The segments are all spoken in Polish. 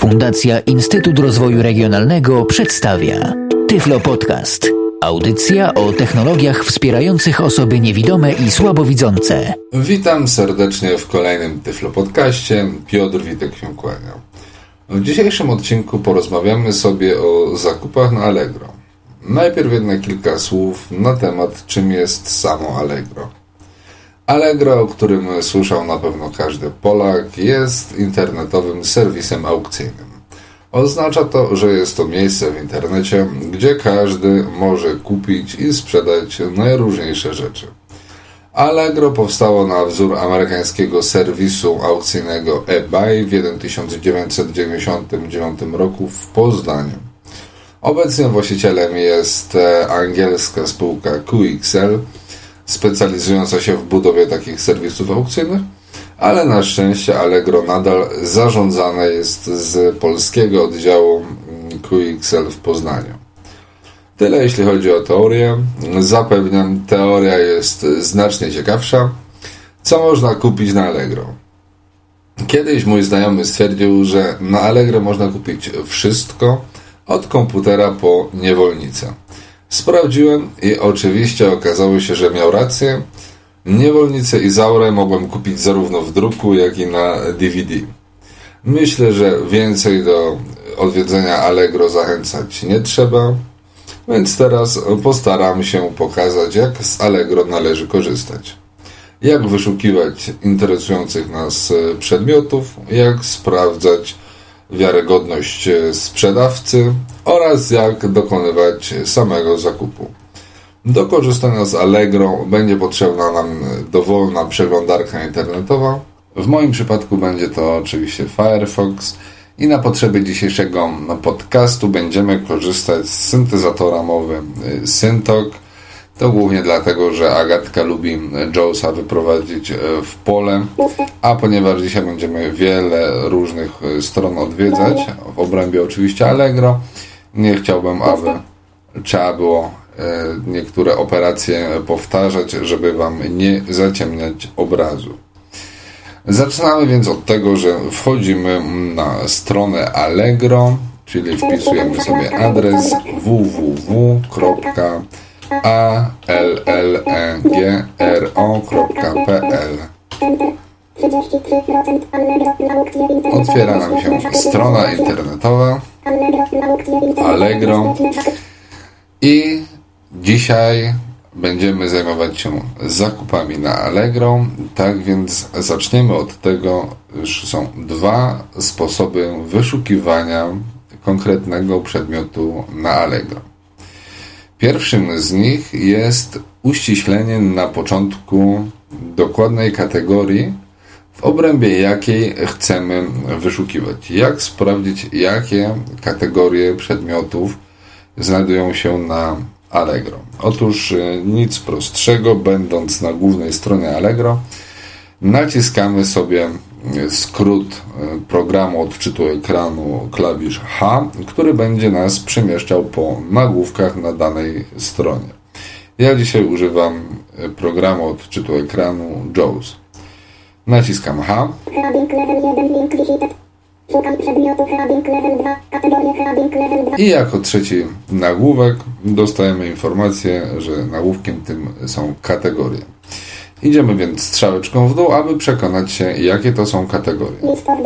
Fundacja Instytut Rozwoju Regionalnego przedstawia Tyflo Podcast. Audycja o technologiach wspierających osoby niewidome i słabowidzące. Witam serdecznie w kolejnym Tyflo Podcaście. Piotr Witek się kłania. W dzisiejszym odcinku porozmawiamy sobie o zakupach na Allegro. Najpierw jednak kilka słów na temat, czym jest samo Allegro. Allegro, o którym słyszał na pewno każdy Polak, jest internetowym serwisem aukcyjnym. Oznacza to, że jest to miejsce w internecie, gdzie każdy może kupić i sprzedać najróżniejsze rzeczy. Allegro powstało na wzór amerykańskiego serwisu aukcyjnego eBay w 1999 roku w Poznaniu. Obecnie właścicielem jest angielska spółka QXL, specjalizująca się w budowie takich serwisów aukcyjnych, ale na szczęście Allegro nadal zarządzane jest z polskiego oddziału QXL w Poznaniu. Tyle jeśli chodzi o teorię. Zapewniam, teoria jest znacznie ciekawsza. Co można kupić na Allegro? Kiedyś mój znajomy stwierdził, że na Allegro można kupić wszystko, od komputera po niewolnicę. Sprawdziłem i oczywiście okazało się, że miał rację. Niewolnicę Izaurę mogłem kupić zarówno w druku, jak i na DVD. Myślę, że więcej do odwiedzenia Allegro zachęcać nie trzeba, więc teraz postaram się pokazać, jak z Allegro należy korzystać. Jak wyszukiwać interesujących nas przedmiotów, jak sprawdzać wiarygodność sprzedawcy oraz jak dokonywać samego zakupu. Do korzystania z Allegro będzie potrzebna nam dowolna przeglądarka internetowa. W moim przypadku będzie to oczywiście Firefox i na potrzeby dzisiejszego podcastu będziemy korzystać z syntezatora mowy Syntalk. To głównie dlatego, że Agatka lubi JAWSa wyprowadzić w pole, a ponieważ dzisiaj będziemy wiele różnych stron odwiedzać, w obrębie oczywiście Allegro, nie chciałbym, aby trzeba było niektóre operacje powtarzać, żeby Wam nie zaciemniać obrazu. Zaczynamy więc od tego, że wchodzimy na stronę Allegro, czyli wpisujemy sobie adres www.allegro.pl. Otwiera nam się strona internetowa Allegro i dzisiaj będziemy zajmować się zakupami na Allegro. Tak więc zaczniemy od tego, że są dwa sposoby wyszukiwania konkretnego przedmiotu na Allegro. Pierwszym z nich jest uściślenie na początku dokładnej kategorii, w obrębie jakiej chcemy wyszukiwać. Jak sprawdzić, jakie kategorie przedmiotów znajdują się na Allegro. Otóż nic prostszego, będąc na głównej stronie Allegro, naciskamy sobie skrót programu odczytu ekranu klawisz H, który będzie nas przemieszczał po nagłówkach na danej stronie. Ja dzisiaj używam programu odczytu ekranu JAWS. Naciskam H. I jako trzeci nagłówek dostajemy informację, że nagłówkiem tym są kategorie. Idziemy więc strzałeczką w dół, aby przekonać się, jakie to są kategorie.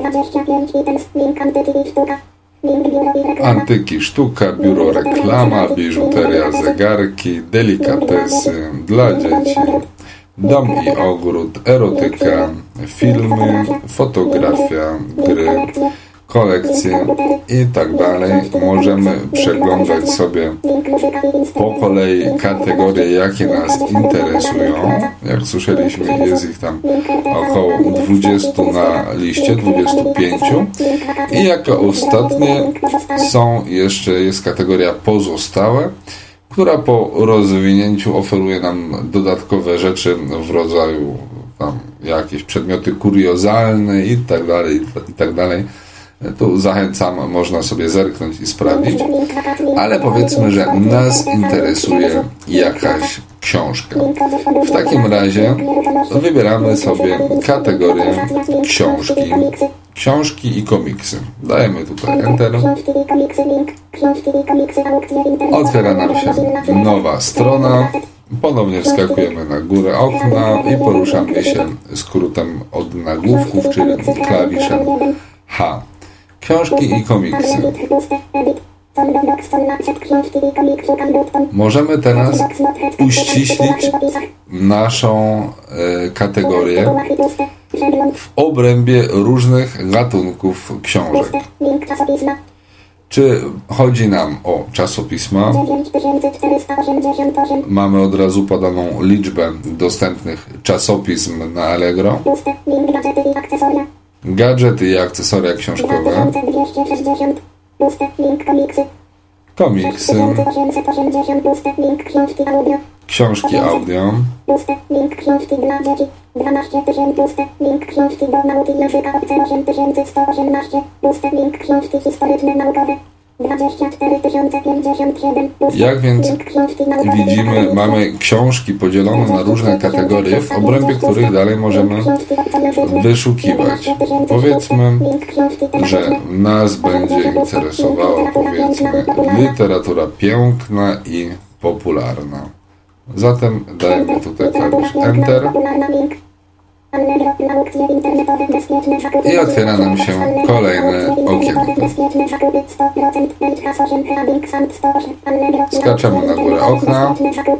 Antyki, sztuka, biuro, reklama, biżuteria, zegarki, delikatesy, dla dzieci, dom i ogród, erotyka, filmy, fotografia, gry, kolekcje i tak dalej. Możemy przeglądać sobie po kolei kategorie, jakie nas interesują. Jak słyszeliśmy, jest ich tam około 20 na liście, 25. I jako ostatnie jest kategoria pozostałe, która po rozwinięciu oferuje nam dodatkowe rzeczy w rodzaju tam jakieś przedmioty kuriozalne i tak dalej, Tu zachęcam, można sobie zerknąć i sprawdzić, ale powiedzmy, że nas interesuje jakaś książka. W takim razie wybieramy sobie kategorię książki i komiksy. Dajemy tutaj Enter. Otwiera nam się nowa strona. Ponownie wskakujemy na górę okna i poruszamy się skrótem od nagłówków, czyli klawiszem H. Książki i komiksy. Możemy teraz uściślić naszą kategorię w obrębie różnych gatunków książek. Czy chodzi nam o czasopisma? Mamy od razu podaną liczbę dostępnych czasopism na Allegro. Gadżety i akcesoria książkowe. Komiksy. Książki audio. Link książki dla dzieci. 12 000. Link książki do nauki języka obce 8118. Link książki historyczne naukowe. 24 057. Jak więc widzimy, mamy książki podzielone na różne kategorie, w obrębie których dalej możemy wyszukiwać. Powiedzmy, że nas będzie interesowała, powiedzmy, literatura piękna i popularna. Zatem dajemy tutaj klawisz Enter i otwiera nam się kolejne okienko. Skaczemy na górę okna.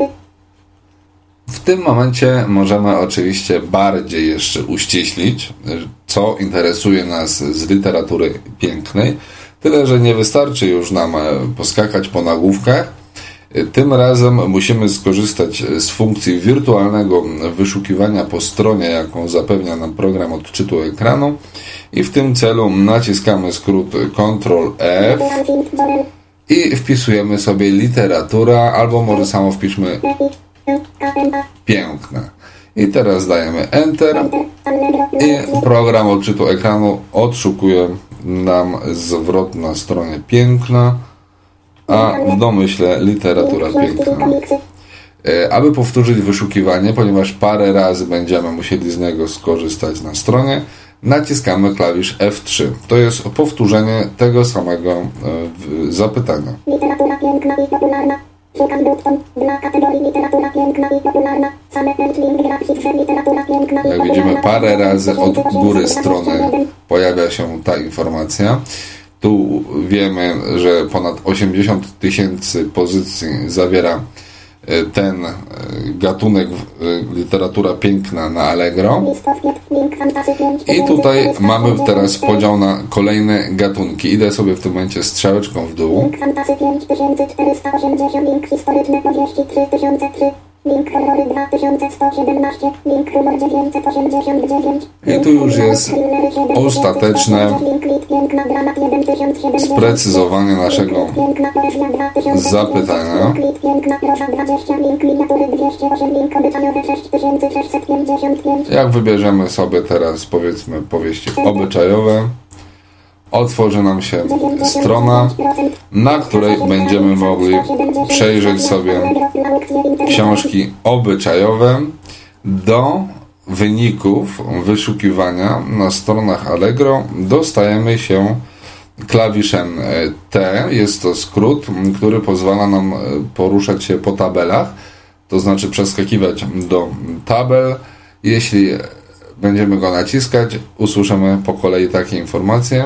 W tym momencie możemy oczywiście bardziej jeszcze uściślić, co interesuje nas z literatury pięknej. Tyle, że nie wystarczy już nam poskakać po nagłówkach. Tym razem musimy skorzystać z funkcji wirtualnego wyszukiwania po stronie, jaką zapewnia nam program odczytu ekranu, i w tym celu naciskamy skrót Ctrl+F i wpisujemy sobie literatura, albo może samo wpiszmy piękne. I teraz dajemy Enter i program odczytu ekranu odszukuje nam zwrot na stronie piękna, a w domyśle literatura piękna. Aby powtórzyć wyszukiwanie, ponieważ parę razy będziemy musieli z niego skorzystać na stronie, naciskamy klawisz F3. To jest powtórzenie tego samego zapytania. Literatura piękna i popularna. Szukam button dla kategorii literatura piękna i popularna. Same link grafik, literatura piękna i Jak widzimy, parę razy od góry strony pojawia się ta informacja. Tu wiemy, że ponad 80 000 pozycji zawiera ten gatunek literatura piękna na Allegro. I tutaj mamy teraz podział na kolejne gatunki. Idę sobie w tym momencie strzałeczką w dół. Link fantasy 5480, link historyczne powieści 3003. Link horrory 2117, link humor 989. I tu już jest ostateczne sprecyzowanie naszego zapytania. Jak wybierzemy sobie teraz, powiedzmy, powieści obyczajowe, otworzy nam się strona, na której będziemy mogli przejrzeć sobie książki obyczajowe. Do wyników wyszukiwania na stronach Allegro dostajemy się klawiszem T. Jest to skrót, który pozwala nam poruszać się po tabelach, to znaczy przeskakiwać do tabel. Jeśli będziemy go naciskać, usłyszymy po kolei takie informacje.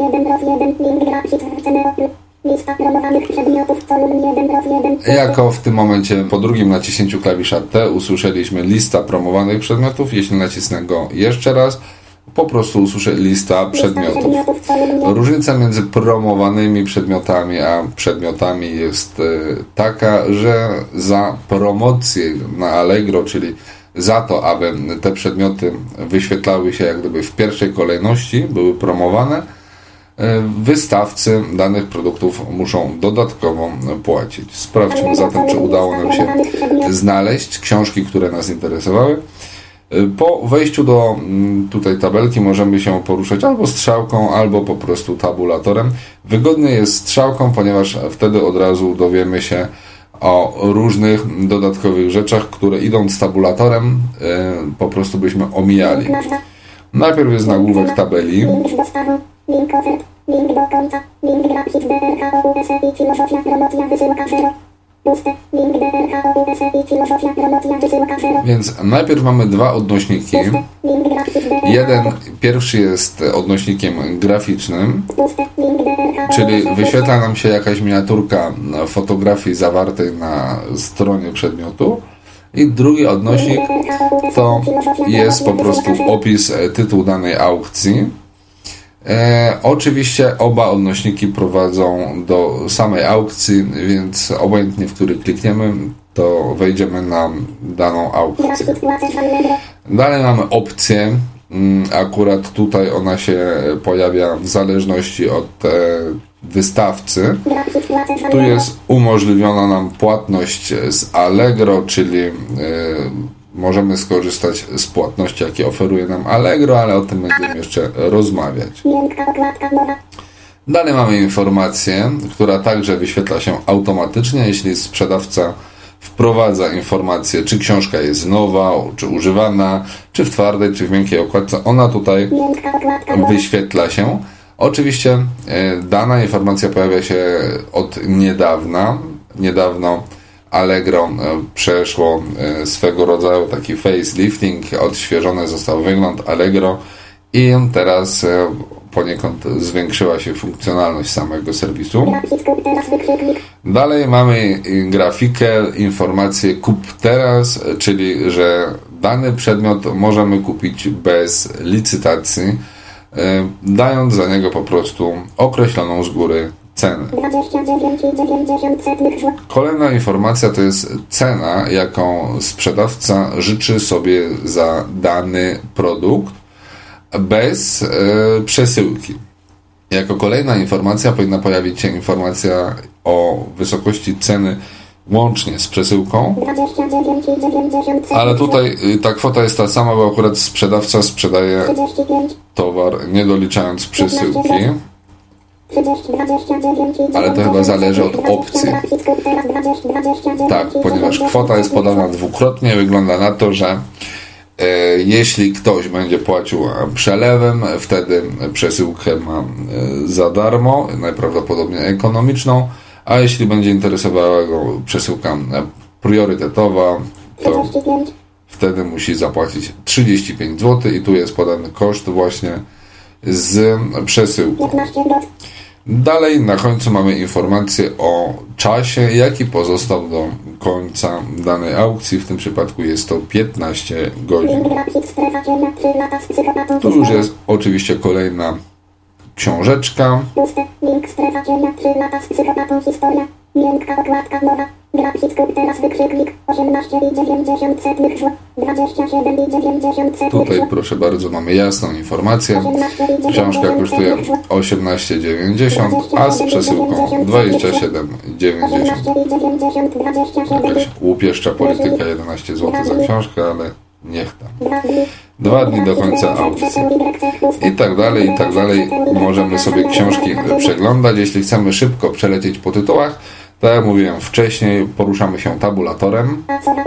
Jako w tym momencie po drugim naciśnięciu klawisza T usłyszeliśmy lista promowanych przedmiotów. Jeśli nacisnę go jeszcze raz, po prostu usłyszę lista przedmiotów. Różnica między promowanymi przedmiotami a przedmiotami jest taka, że za promocję na Allegro, czyli za to, aby te przedmioty wyświetlały się jak gdyby w pierwszej kolejności, były promowane, wystawcy danych produktów muszą dodatkowo płacić. Sprawdźmy zatem, czy udało nam się znaleźć książki, które nas interesowały. Po wejściu do tutaj tabelki możemy się poruszać albo strzałką, albo po prostu tabulatorem. Wygodnie jest strzałką, ponieważ wtedy od razu dowiemy się o różnych dodatkowych rzeczach, które idąc tabulatorem po prostu byśmy omijali. Najpierw jest nagłówek tabeli. Link ofert, link do konta, link grafik DRK, USI, filozofia, promocja, wysyłka 0. Puste, link DRK, USI, filozofia, promocja, wysyłka 0. Więc najpierw mamy dwa odnośniki. Jeden, pierwszy jest odnośnikiem graficznym, czyli wyświetla nam się jakaś miniaturka fotografii zawartej na stronie przedmiotu. I drugi odnośnik to jest po prostu opis, tytuł danej aukcji. Oczywiście oba odnośniki prowadzą do samej aukcji, więc obojętnie w który klikniemy, to wejdziemy na daną aukcję. Dalej mamy opcję. Akurat tutaj ona się pojawia w zależności od wystawcy. Tu jest umożliwiona nam płatność z Allegro, czyli możemy skorzystać z płatności, jakie oferuje nam Allegro, ale o tym będziemy jeszcze rozmawiać. Dalej mamy informację, która także wyświetla się automatycznie, jeśli sprzedawca wprowadza informację, czy książka jest nowa, czy używana, czy w twardej, czy w miękkiej okładce. Ona tutaj wyświetla się. Oczywiście dana informacja pojawia się od niedawna. Niedawno Allegro przeszło swego rodzaju taki facelifting, odświeżony został wygląd Allegro i teraz poniekąd zwiększyła się funkcjonalność samego serwisu. Dalej mamy grafikę, informację kup teraz, czyli że dany przedmiot możemy kupić bez licytacji, dając za niego po prostu określoną z góry cenę. Kolejna informacja to jest cena, jaką sprzedawca życzy sobie za dany produkt bez przesyłki. Jako kolejna informacja powinna pojawić się informacja o wysokości ceny łącznie z przesyłką, ale tutaj ta kwota jest ta sama, bo akurat sprzedawca sprzedaje towar nie doliczając przesyłki, ale to chyba zależy od opcji. Tak, ponieważ kwota jest podana dwukrotnie, wygląda na to, że jeśli ktoś będzie płacił przelewem, wtedy przesyłkę ma za darmo, najprawdopodobniej ekonomiczną, a jeśli będzie interesowała go przesyłka priorytetowa, to wtedy musi zapłacić 35 zł i tu jest podany koszt właśnie z przesyłką. Dalej na końcu mamy informację o czasie, jaki pozostał do końca danej aukcji. W tym przypadku jest to 15 godzin. Tu już jest oczywiście kolejna książeczka. Miękka okładka nowa. Grafik teraz wykrzyknik 18,90 27,90. Tutaj proszę bardzo mamy jasną informację. Książka kosztuje 18,90, a z przesyłką 27,90. Jakaś łupieszcza polityka 11 zł za książkę, ale niech tam. 2 dni do końca aukcji. I tak dalej, i tak dalej. Możemy sobie książki przeglądać. Jeśli chcemy szybko przelecieć po tytułach, tak jak mówiłem wcześniej, poruszamy się tabulatorem.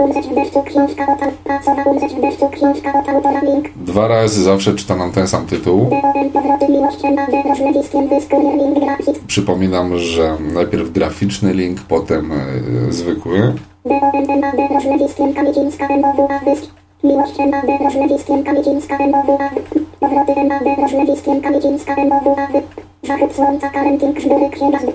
2 razy zawsze czyta nam ten sam tytuł. Przypominam, że najpierw graficzny link, potem zwykły. Miłość MAD, rozlewiskiem Kamicińska MOWA. Powroty MAD, rozlewiskiem Kamicińska MOWA. Zachód słońca, kalenting, żbury, księgazdy.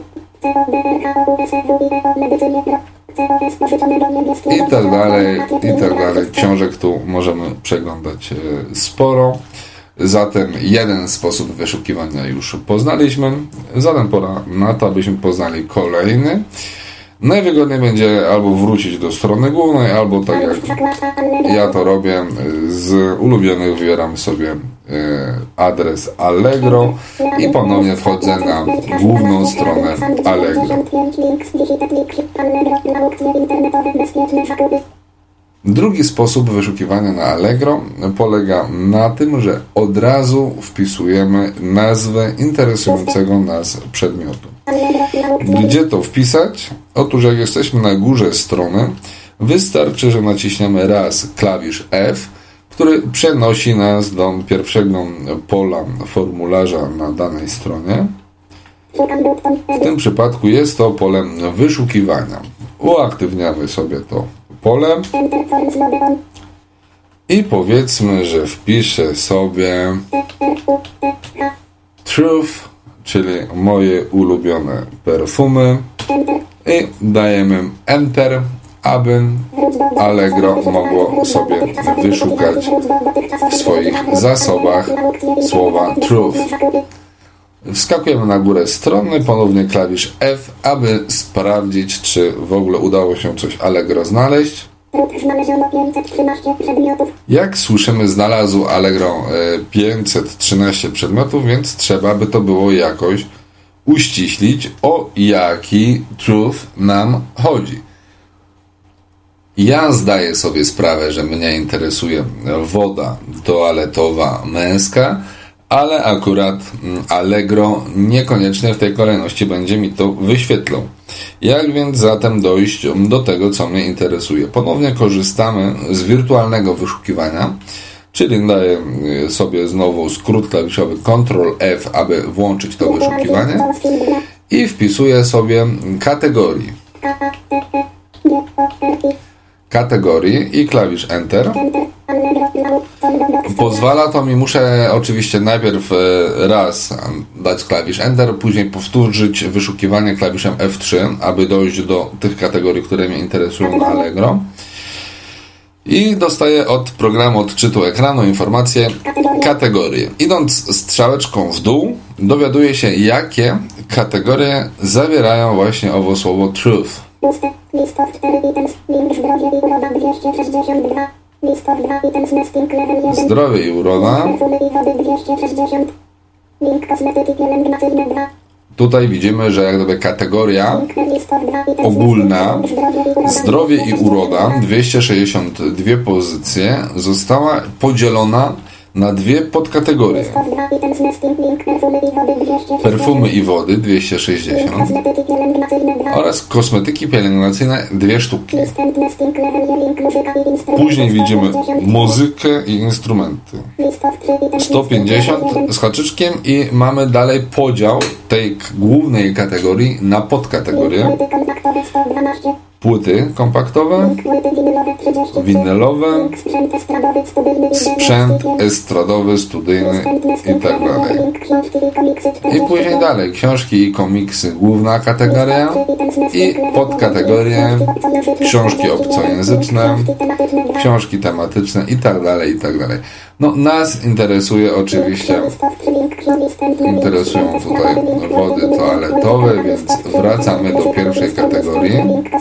I tak dalej, i tak dalej. Książek tu możemy przeglądać sporo. Zatem jeden sposób wyszukiwania już poznaliśmy. Zatem pora na to, abyśmy poznali kolejny. Najwygodniej będzie albo wrócić do strony głównej, albo tak jak ja to robię, z ulubionych wybieram sobie adres Allegro i ponownie wchodzę na główną stronę Allegro. Drugi sposób wyszukiwania na Allegro polega na tym, że od razu wpisujemy nazwę interesującego nas przedmiotu. Gdzie to wpisać? Otóż jak jesteśmy na górze strony, wystarczy, że naciśniemy raz klawisz F, który przenosi nas do pierwszego pola formularza na danej stronie. W tym przypadku jest to pole wyszukiwania. Uaktywniamy sobie to pole i powiedzmy, że wpiszę sobie Truth, czyli moje ulubione perfumy i dajemy Enter, aby Allegro mogło sobie wyszukać w swoich zasobach słowa Truth. Wskakujemy na górę strony, ponownie klawisz F, aby sprawdzić, czy w ogóle udało się coś Allegro znaleźć. Jak słyszymy, znalazł Allegro 513 przedmiotów, więc trzeba by to było jakoś uściślić, o jaki Truth nam chodzi. Ja zdaję sobie sprawę, że mnie interesuje woda toaletowa męska, ale akurat Allegro niekoniecznie w tej kolejności będzie mi to wyświetlał. Jak więc zatem dojść do tego, co mnie interesuje? Ponownie korzystamy z wirtualnego wyszukiwania, czyli daję sobie znowu skrót klawiszowy Ctrl F, aby włączyć to wyszukiwanie i wpisuję sobie kategorii i klawisz Enter. Pozwala to mi, muszę oczywiście najpierw raz dać klawisz Enter, później powtórzyć wyszukiwanie klawiszem F3, aby dojść do tych kategorii, które mnie interesują na Allegro. I dostaję od programu odczytu ekranu informację kategorie. Idąc strzałeczką w dół, dowiaduję się, jakie kategorie zawierają właśnie owo słowo Truth. List of 4 items, link zdrowie i uroda 262, list of 2 items nesting level 1, zdrowie i uroda, perfumy i wody 260, link kosmetyki pielęgnacyjne 2. Tutaj widzimy, że jak gdyby kategoria ogólna zdrowie i uroda 262 pozycje została podzielona na dwie podkategorie. Perfumy i wody 260 oraz kosmetyki pielęgnacyjne 2 sztuki. Później widzimy muzykę i instrumenty 150 z haczyczkiem i mamy dalej podział tej głównej kategorii na podkategorie. Płyty kompaktowe, winylowe, sprzęt estradowy, studyjny i tak dalej. I później dalej książki i komiksy, główna kategoria i podkategorie książki obcojęzyczne, książki tematyczne i tak dalej, i tak dalej. No, nas interesuje oczywiście, interesują tutaj wody toaletowe, więc wracamy do pierwszej kategorii.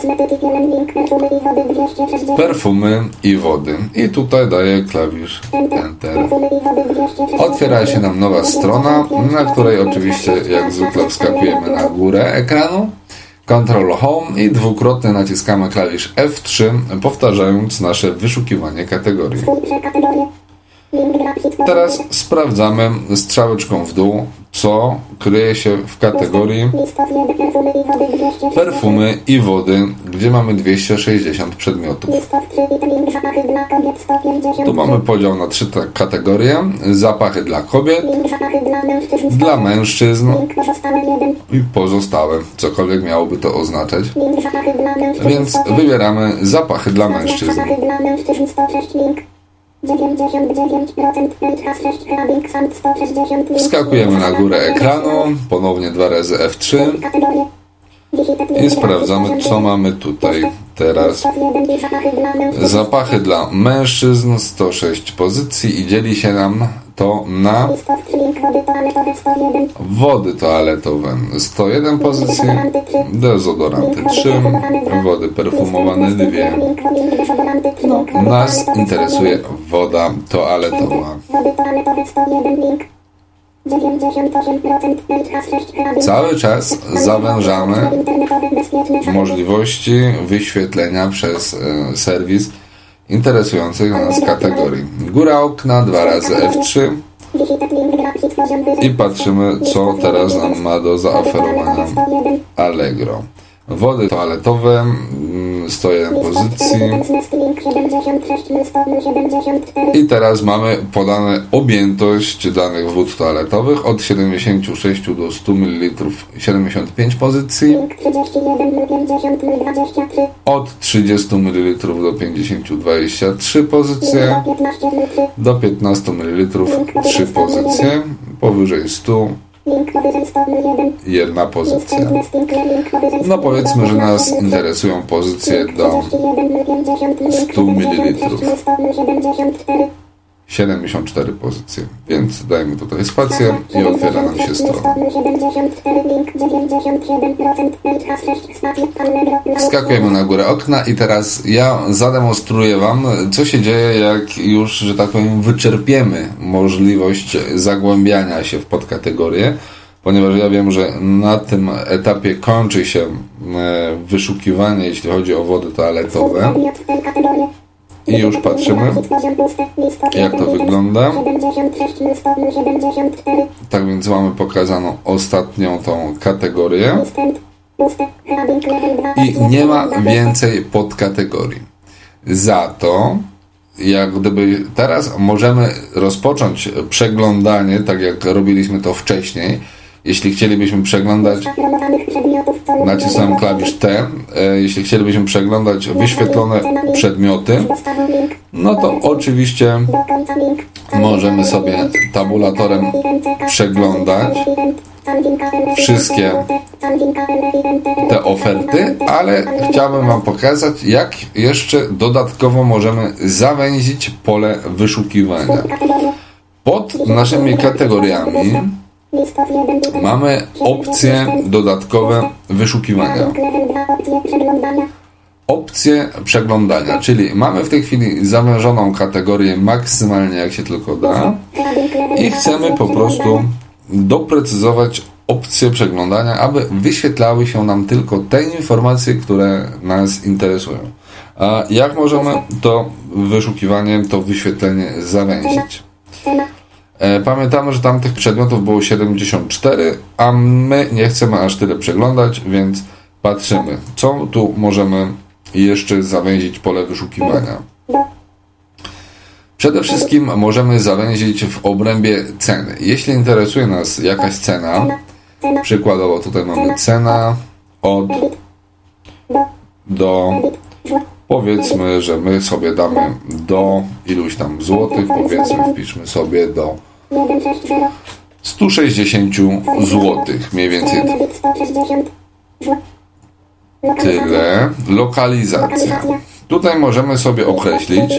Perfumy i wody. I tutaj daję klawisz Enter. Otwiera się nam nowa strona, na której oczywiście jak zwykle wskakujemy na górę ekranu. Ctrl Home i dwukrotnie naciskamy klawisz F3, powtarzając nasze wyszukiwanie kategorii. Teraz sprawdzamy strzałeczką w dół, co kryje się w kategorii perfumy i wody, gdzie mamy 260 przedmiotów. Tu mamy podział na 3 kategorie: zapachy dla kobiet, dla mężczyzn i pozostałe, cokolwiek miałoby to oznaczać. Więc wybieramy zapachy dla mężczyzn. 99% Wskakujemy na górę ekranu, ponownie 2 razy F3 i sprawdzamy, co mamy tutaj teraz. Zapachy dla mężczyzn 106 pozycji i dzieli się nam to na wody toaletowe 101 pozycji, dezodoranty 3, wody perfumowane 2. No, nas interesuje woda toaletowa. Cały czas zawężamy możliwości wyświetlenia przez serwis interesujących nas kategorii. Góra okna, 2 razy F3 i patrzymy, co teraz nam ma do zaoferowania Allegro. Wody toaletowe, 101 pozycji. I teraz mamy podane objętość danych wód toaletowych od 76 do 100 ml 75 pozycji, od 30 ml do 50 23 pozycje, do 15 ml 3 pozycje, powyżej 100 jedna pozycja. No powiedzmy, że nas interesują pozycje do 100 ml. 74 pozycje. Więc dajmy tutaj spację i otwiera nam się strona. Wskakujemy na górę okna i teraz ja zademonstruję Wam, co się dzieje, jak już, że tak powiem, wyczerpiemy możliwość zagłębiania się w podkategorię, ponieważ ja wiem, że na tym etapie kończy się wyszukiwanie, jeśli chodzi o wody toaletowe. I już patrzymy, jak to wygląda. Tak więc mamy pokazaną ostatnią tą kategorię i nie ma więcej podkategorii. Za to, jak gdyby teraz możemy rozpocząć przeglądanie, tak jak robiliśmy to wcześniej. Jeśli chcielibyśmy przeglądać, nacisnąłem klawisz T, jeśli chcielibyśmy przeglądać wyświetlone przedmioty, no to oczywiście możemy sobie tabulatorem przeglądać wszystkie te oferty, ale chciałbym Wam pokazać, jak jeszcze dodatkowo możemy zawęzić pole wyszukiwania. Pod naszymi kategoriami mamy opcje dodatkowe wyszukiwania. Opcje przeglądania, czyli mamy w tej chwili zawężoną kategorię maksymalnie jak się tylko da i chcemy po prostu doprecyzować opcje przeglądania, aby wyświetlały się nam tylko te informacje, które nas interesują. A jak możemy to wyszukiwanie, to wyświetlenie zawęzić? Pamiętamy, że tam tych przedmiotów było 74, a my nie chcemy aż tyle przeglądać, więc patrzymy, co tu możemy jeszcze zawęzić pole wyszukiwania. Przede wszystkim możemy zawęzić w obrębie ceny. Jeśli interesuje nas jakaś cena, przykładowo tutaj mamy cena od do, powiedzmy, że my sobie damy do iluś tam złotych, powiedzmy, wpiszmy sobie do 160 złotych, mniej więcej tyle. Lokalizacja. Tutaj możemy sobie określić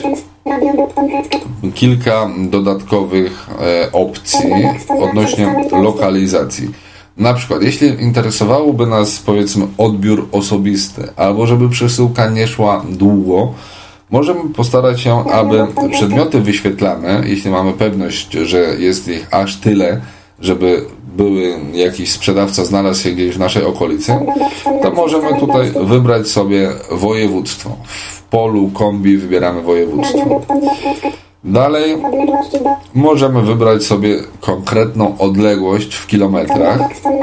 kilka dodatkowych opcji odnośnie lokalizacji. Na przykład, jeśli interesowałoby nas, powiedzmy, odbiór osobisty, albo żeby przesyłka nie szła długo, możemy postarać się, aby przedmioty wyświetlane, jeśli mamy pewność, że jest ich aż tyle, żeby jakiś sprzedawca znalazł się gdzieś w naszej okolicy, to możemy tutaj wybrać sobie województwo. W polu kombi wybieramy województwo. Dalej możemy wybrać sobie konkretną odległość w kilometrach.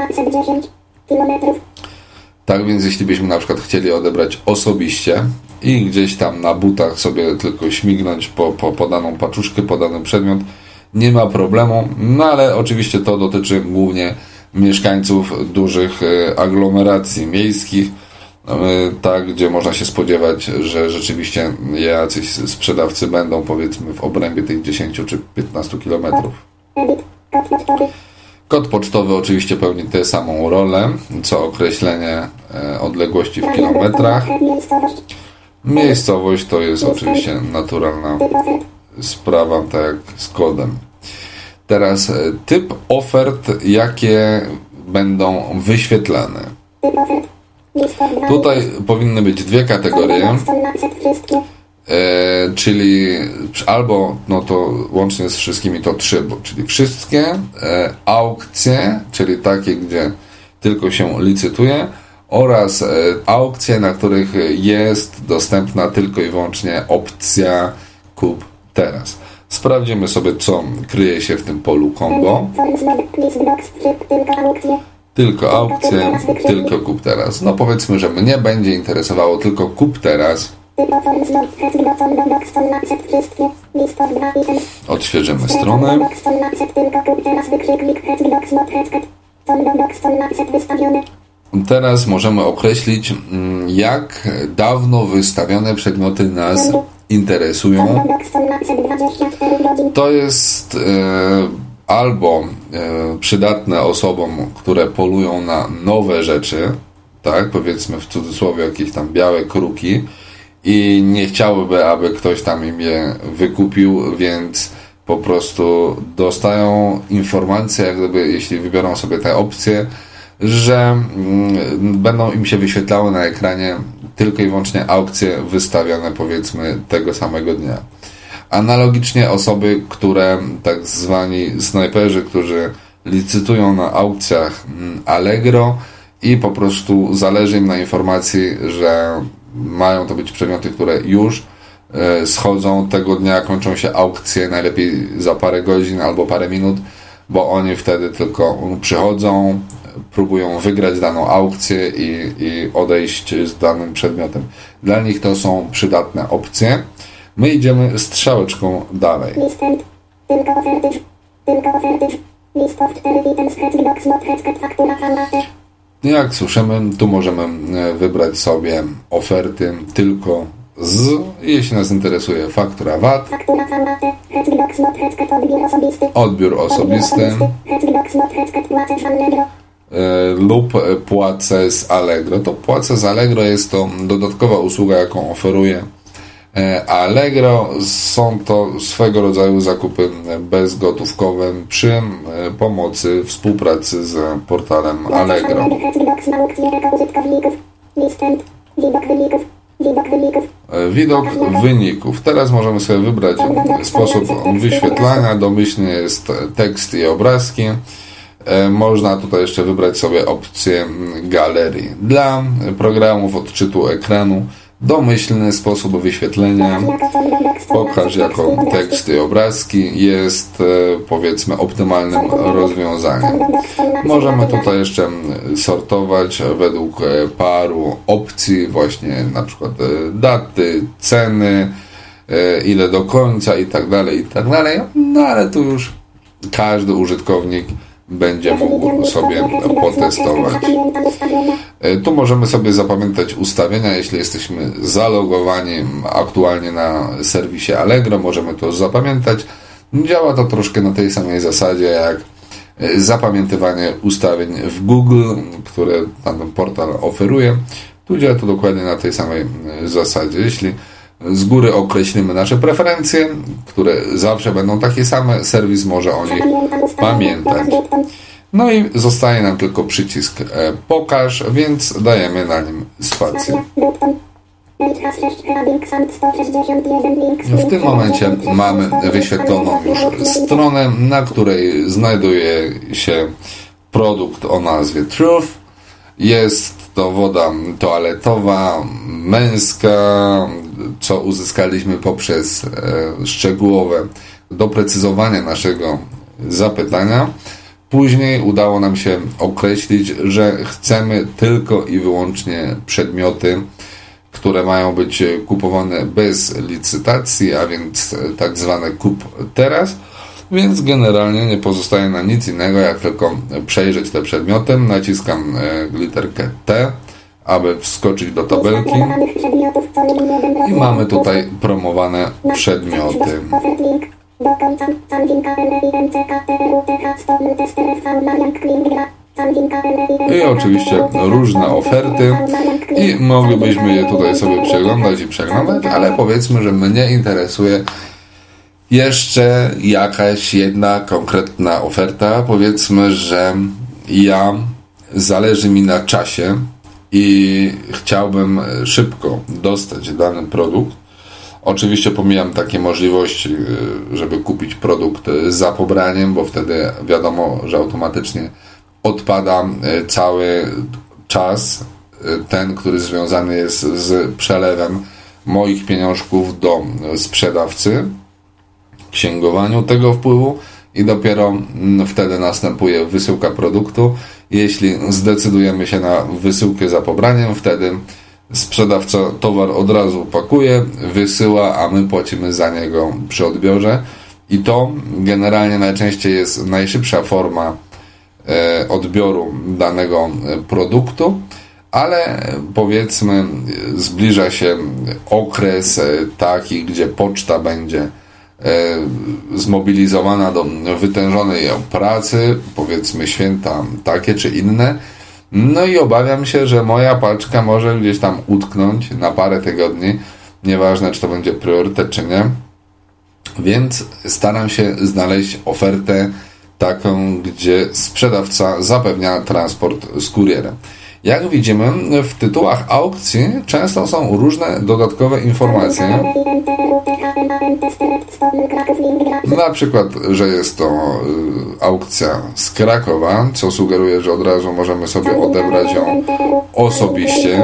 Tak więc jeśli byśmy na przykład chcieli odebrać osobiście i gdzieś tam na butach sobie tylko śmignąć po podaną paczuszkę, podany przedmiot, nie ma problemu, no ale oczywiście to dotyczy głównie mieszkańców dużych aglomeracji miejskich, tak, gdzie można się spodziewać, że rzeczywiście jacyś sprzedawcy będą, powiedzmy, w obrębie tych 10 czy 15 kilometrów. Kod pocztowy oczywiście pełni tę samą rolę, co określenie odległości w kilometrach. Miejscowość to jest oczywiście naturalna sprawa, tak jak z kodem. Teraz typ ofert, jakie będą wyświetlane. Tutaj powinny być dwie kategorie, czyli albo, no to łącznie z wszystkimi to 3, czyli wszystkie, aukcje, czyli takie, gdzie tylko się licytuje, oraz aukcje, na których jest dostępna tylko i wyłącznie opcja kup teraz. Sprawdzimy sobie, co kryje się w tym polu combo. Tylko aukcje, tylko kup teraz. No powiedzmy, że mnie będzie interesowało tylko kup teraz. Odświeżymy stronę. Teraz możemy określić, jak dawno wystawione przedmioty nas interesują. To jest albo przydatne osobom, które polują na nowe rzeczy, tak, powiedzmy w cudzysłowie jakieś tam białe kruki i nie chciałyby, aby ktoś tam im je wykupił, więc po prostu dostają informację, jak gdyby, jeśli wybiorą sobie te opcje, że będą im się wyświetlały na ekranie tylko i wyłącznie aukcje wystawione, powiedzmy, tego samego dnia. Analogicznie osoby, które tak zwani snajperzy, którzy licytują na aukcjach Allegro i po prostu zależy im na informacji, że mają to być przedmioty, które już schodzą tego dnia, kończą się aukcje, najlepiej za parę godzin albo parę minut, bo oni wtedy tylko przychodzą, próbują wygrać daną aukcję i odejść z danym przedmiotem. Dla nich to są przydatne opcje. My idziemy strzałeczką dalej. Jak słyszymy, tu możemy wybrać sobie oferty tylko z, jeśli nas interesuje, faktura VAT, odbiór osobisty lub płacę z Allegro. To płacę z Allegro jest to dodatkowa usługa, jaką oferuje Allegro. Są to swego rodzaju zakupy bezgotówkowe przy pomocy współpracy z portalem Allegro. Widok wyników. Teraz możemy sobie wybrać sposób wyświetlania. Domyślnie jest tekst i obrazki. Można tutaj jeszcze wybrać sobie opcję galerii. Dla programów odczytu ekranu domyślny sposób wyświetlenia, pokaż jako tekst i obrazki, jest powiedzmy optymalnym rozwiązaniem. Możemy tutaj jeszcze sortować według paru opcji, właśnie na przykład daty, ceny, ile do końca i tak dalej, no ale tu już każdy użytkownik będzie mógł sobie potestować. Tu możemy sobie zapamiętać ustawienia, jeśli jesteśmy zalogowani aktualnie na serwisie Allegro, możemy to zapamiętać. Działa to troszkę na tej samej zasadzie jak zapamiętywanie ustawień w Google, które ten portal oferuje. Tu działa to dokładnie na tej samej zasadzie. Jeśli z góry określimy nasze preferencje, które zawsze będą takie same, serwis może o nich pamiętać. No i zostaje nam tylko przycisk pokaż, więc dajemy na nim spację. W tym momencie mamy wyświetloną już stronę, na której znajduje się produkt o nazwie Truth. Jest to woda toaletowa, męska, co uzyskaliśmy poprzez szczegółowe doprecyzowanie naszego zapytania. Później udało nam się określić, że chcemy tylko i wyłącznie przedmioty, które mają być kupowane bez licytacji, a więc tak zwane kup teraz. Więc generalnie nie pozostaje nam nic innego, jak tylko przejrzeć te przedmioty. Naciskam literkę T, aby wskoczyć do tabelki i mamy tutaj promowane przedmioty. I oczywiście różne oferty i moglibyśmy je tutaj sobie przeglądać, ale powiedzmy, że mnie interesuje jeszcze jakaś jedna konkretna oferta. Powiedzmy, że zależy mi na czasie i chciałbym szybko dostać dany produkt. Oczywiście pomijam takie możliwości, żeby kupić produkt za pobraniem, bo wtedy wiadomo, że automatycznie odpada cały czas ten, który związany jest z przelewem moich pieniążków do sprzedawcy, księgowaniu tego wpływu i dopiero wtedy następuje wysyłka produktu. Jeśli zdecydujemy się na wysyłkę za pobraniem, wtedy sprzedawca towar od razu pakuje, wysyła, a my płacimy za niego przy odbiorze. I to generalnie najczęściej jest najszybsza forma odbioru danego produktu, ale powiedzmy zbliża się okres taki, gdzie poczta będzie zmobilizowana do wytężonej pracy, powiedzmy święta takie czy inne. No i obawiam się, że moja paczka może gdzieś tam utknąć na parę tygodni, nieważne czy to będzie priorytet czy nie, więc staram się znaleźć ofertę taką, gdzie sprzedawca zapewnia transport z kurierem. Jak widzimy, w tytułach aukcji często są różne dodatkowe informacje. Na przykład, że jest to aukcja z Krakowa, co sugeruje, że od razu możemy sobie odebrać ją osobiście.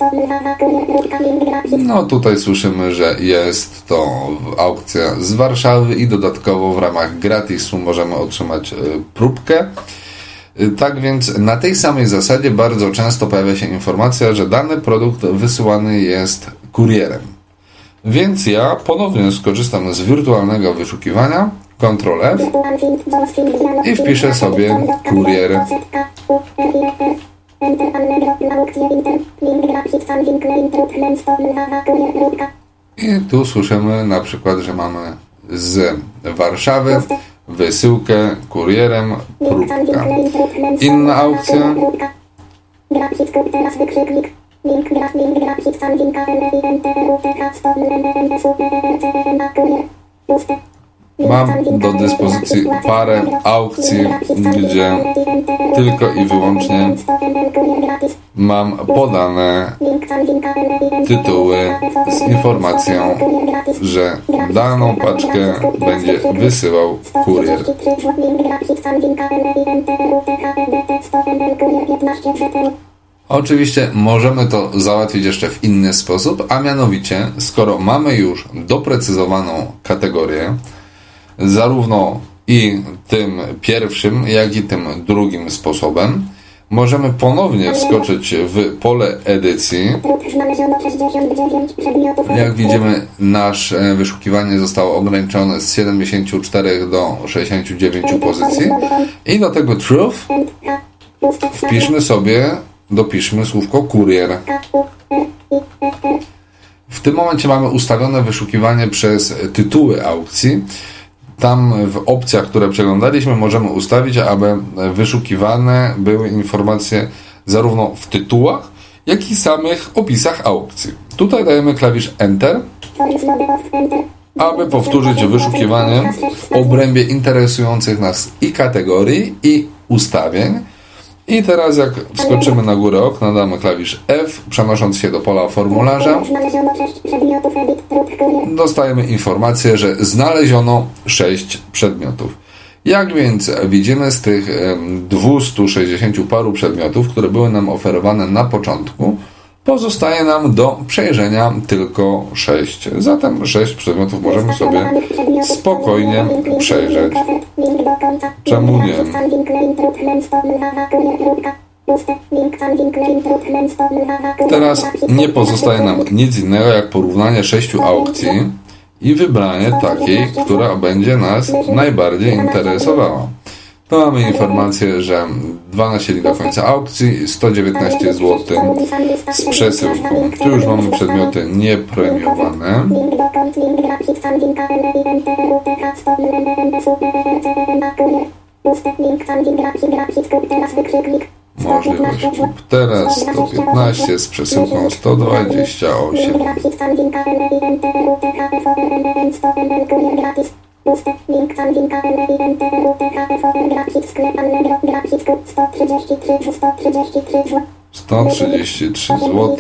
No tutaj słyszymy, że jest to aukcja z Warszawy i dodatkowo w ramach gratisu możemy otrzymać próbkę. Tak więc na tej samej zasadzie bardzo często pojawia się informacja, że dany produkt wysyłany jest kurierem. Więc ja ponownie skorzystam z wirtualnego wyszukiwania, Ctrl F i wpiszę sobie kurier. I tu słyszymy na przykład, że mamy z Warszawy wysyłkę kurierem, próbka. Inna aukcja. Mam do dyspozycji parę aukcji, gdzie tylko i wyłącznie mam podane tytuły z informacją, że daną paczkę będzie wysyłał kurier. Oczywiście możemy to załatwić jeszcze w inny sposób, a mianowicie, skoro mamy już doprecyzowaną kategorię, zarówno i tym pierwszym, jak i tym drugim sposobem, możemy ponownie wskoczyć w pole edycji. Jak widzimy, nasze wyszukiwanie zostało ograniczone z 74 do 69 pozycji i do tego truth dopiszmy słówko kurier. W tym momencie mamy ustawione wyszukiwanie przez tytuły aukcji. Tam w opcjach, które przeglądaliśmy, możemy ustawić, aby wyszukiwane były informacje zarówno w tytułach, jak i samych opisach aukcji. Tutaj dajemy klawisz Enter, aby powtórzyć wyszukiwanie w obrębie interesujących nas i kategorii, i ustawień. I teraz jak wskoczymy na górę okna, damy klawisz F, przenosząc się do pola formularza, dostajemy informację, że znaleziono 6 przedmiotów. Jak więc widzimy, z tych 260 paru przedmiotów, które były nam oferowane na początku, pozostaje nam do przejrzenia tylko 6. Zatem 6 przedmiotów możemy sobie spokojnie przejrzeć. Czemu nie? Teraz nie pozostaje nam nic innego jak porównanie 6 aukcji i wybranie takiej, która będzie nas najbardziej interesowała. Tu mamy informację, że 12 dni do końca aukcji, 119 zł z przesyłką. Tu już mamy przedmioty niepremiowane. Możliwość kup teraz 115 z przesyłką 128. Link tam linka grafik sklep Allegro grafik 133 zł.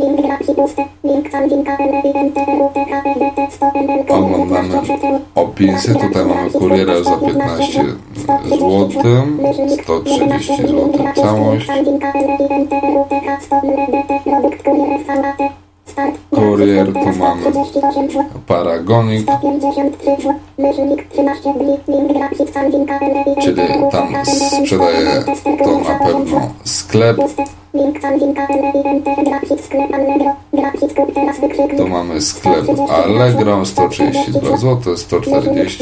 Oglądamy opisy. Tutaj mamy kuriera za 15 zł. 130 zł całość. Kurier, tu mamy Paragonic, czyli tam sprzedaje to na pewno sklep. Tu mamy sklep Allegro, 132 zł, 140.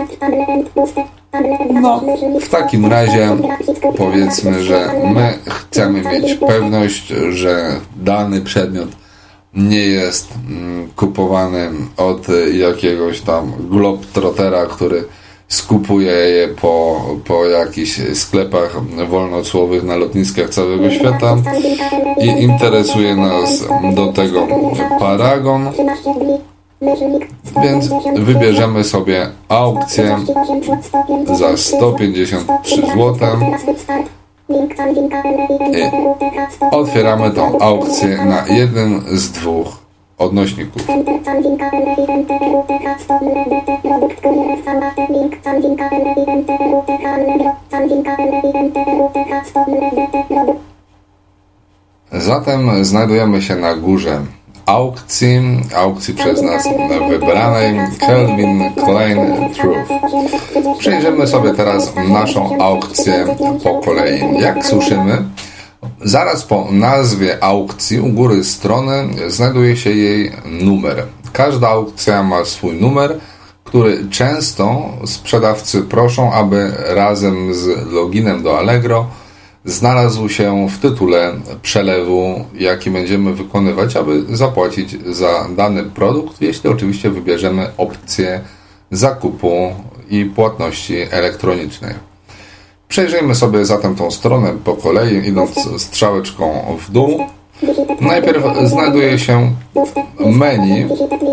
No, w takim razie powiedzmy, że my chcemy mieć pewność, że dany przedmiot nie jest kupowany od jakiegoś tam globetrottera, który skupuje je po jakichś sklepach wolnocłowych na lotniskach całego świata i interesuje nas do tego Paragon, więc wybierzemy sobie aukcję za 153 zł i otwieramy tą aukcję na jeden z dwóch odnośników. Zatem znajdujemy się na górze aukcji przez nas wybranej Calvin Klein Truth. Przejrzymy sobie teraz naszą aukcję po kolei. Jak słyszymy, zaraz po nazwie aukcji u góry strony znajduje się jej numer. Każda aukcja ma swój numer, który często sprzedawcy proszą, aby razem z loginem do Allegro znalazł się w tytule przelewu, jaki będziemy wykonywać, aby zapłacić za dany produkt, jeśli oczywiście wybierzemy opcję zakupu i płatności elektronicznej. Przejrzyjmy sobie zatem tą stronę po kolei, idąc strzałeczką w dół. Najpierw znajduje się menu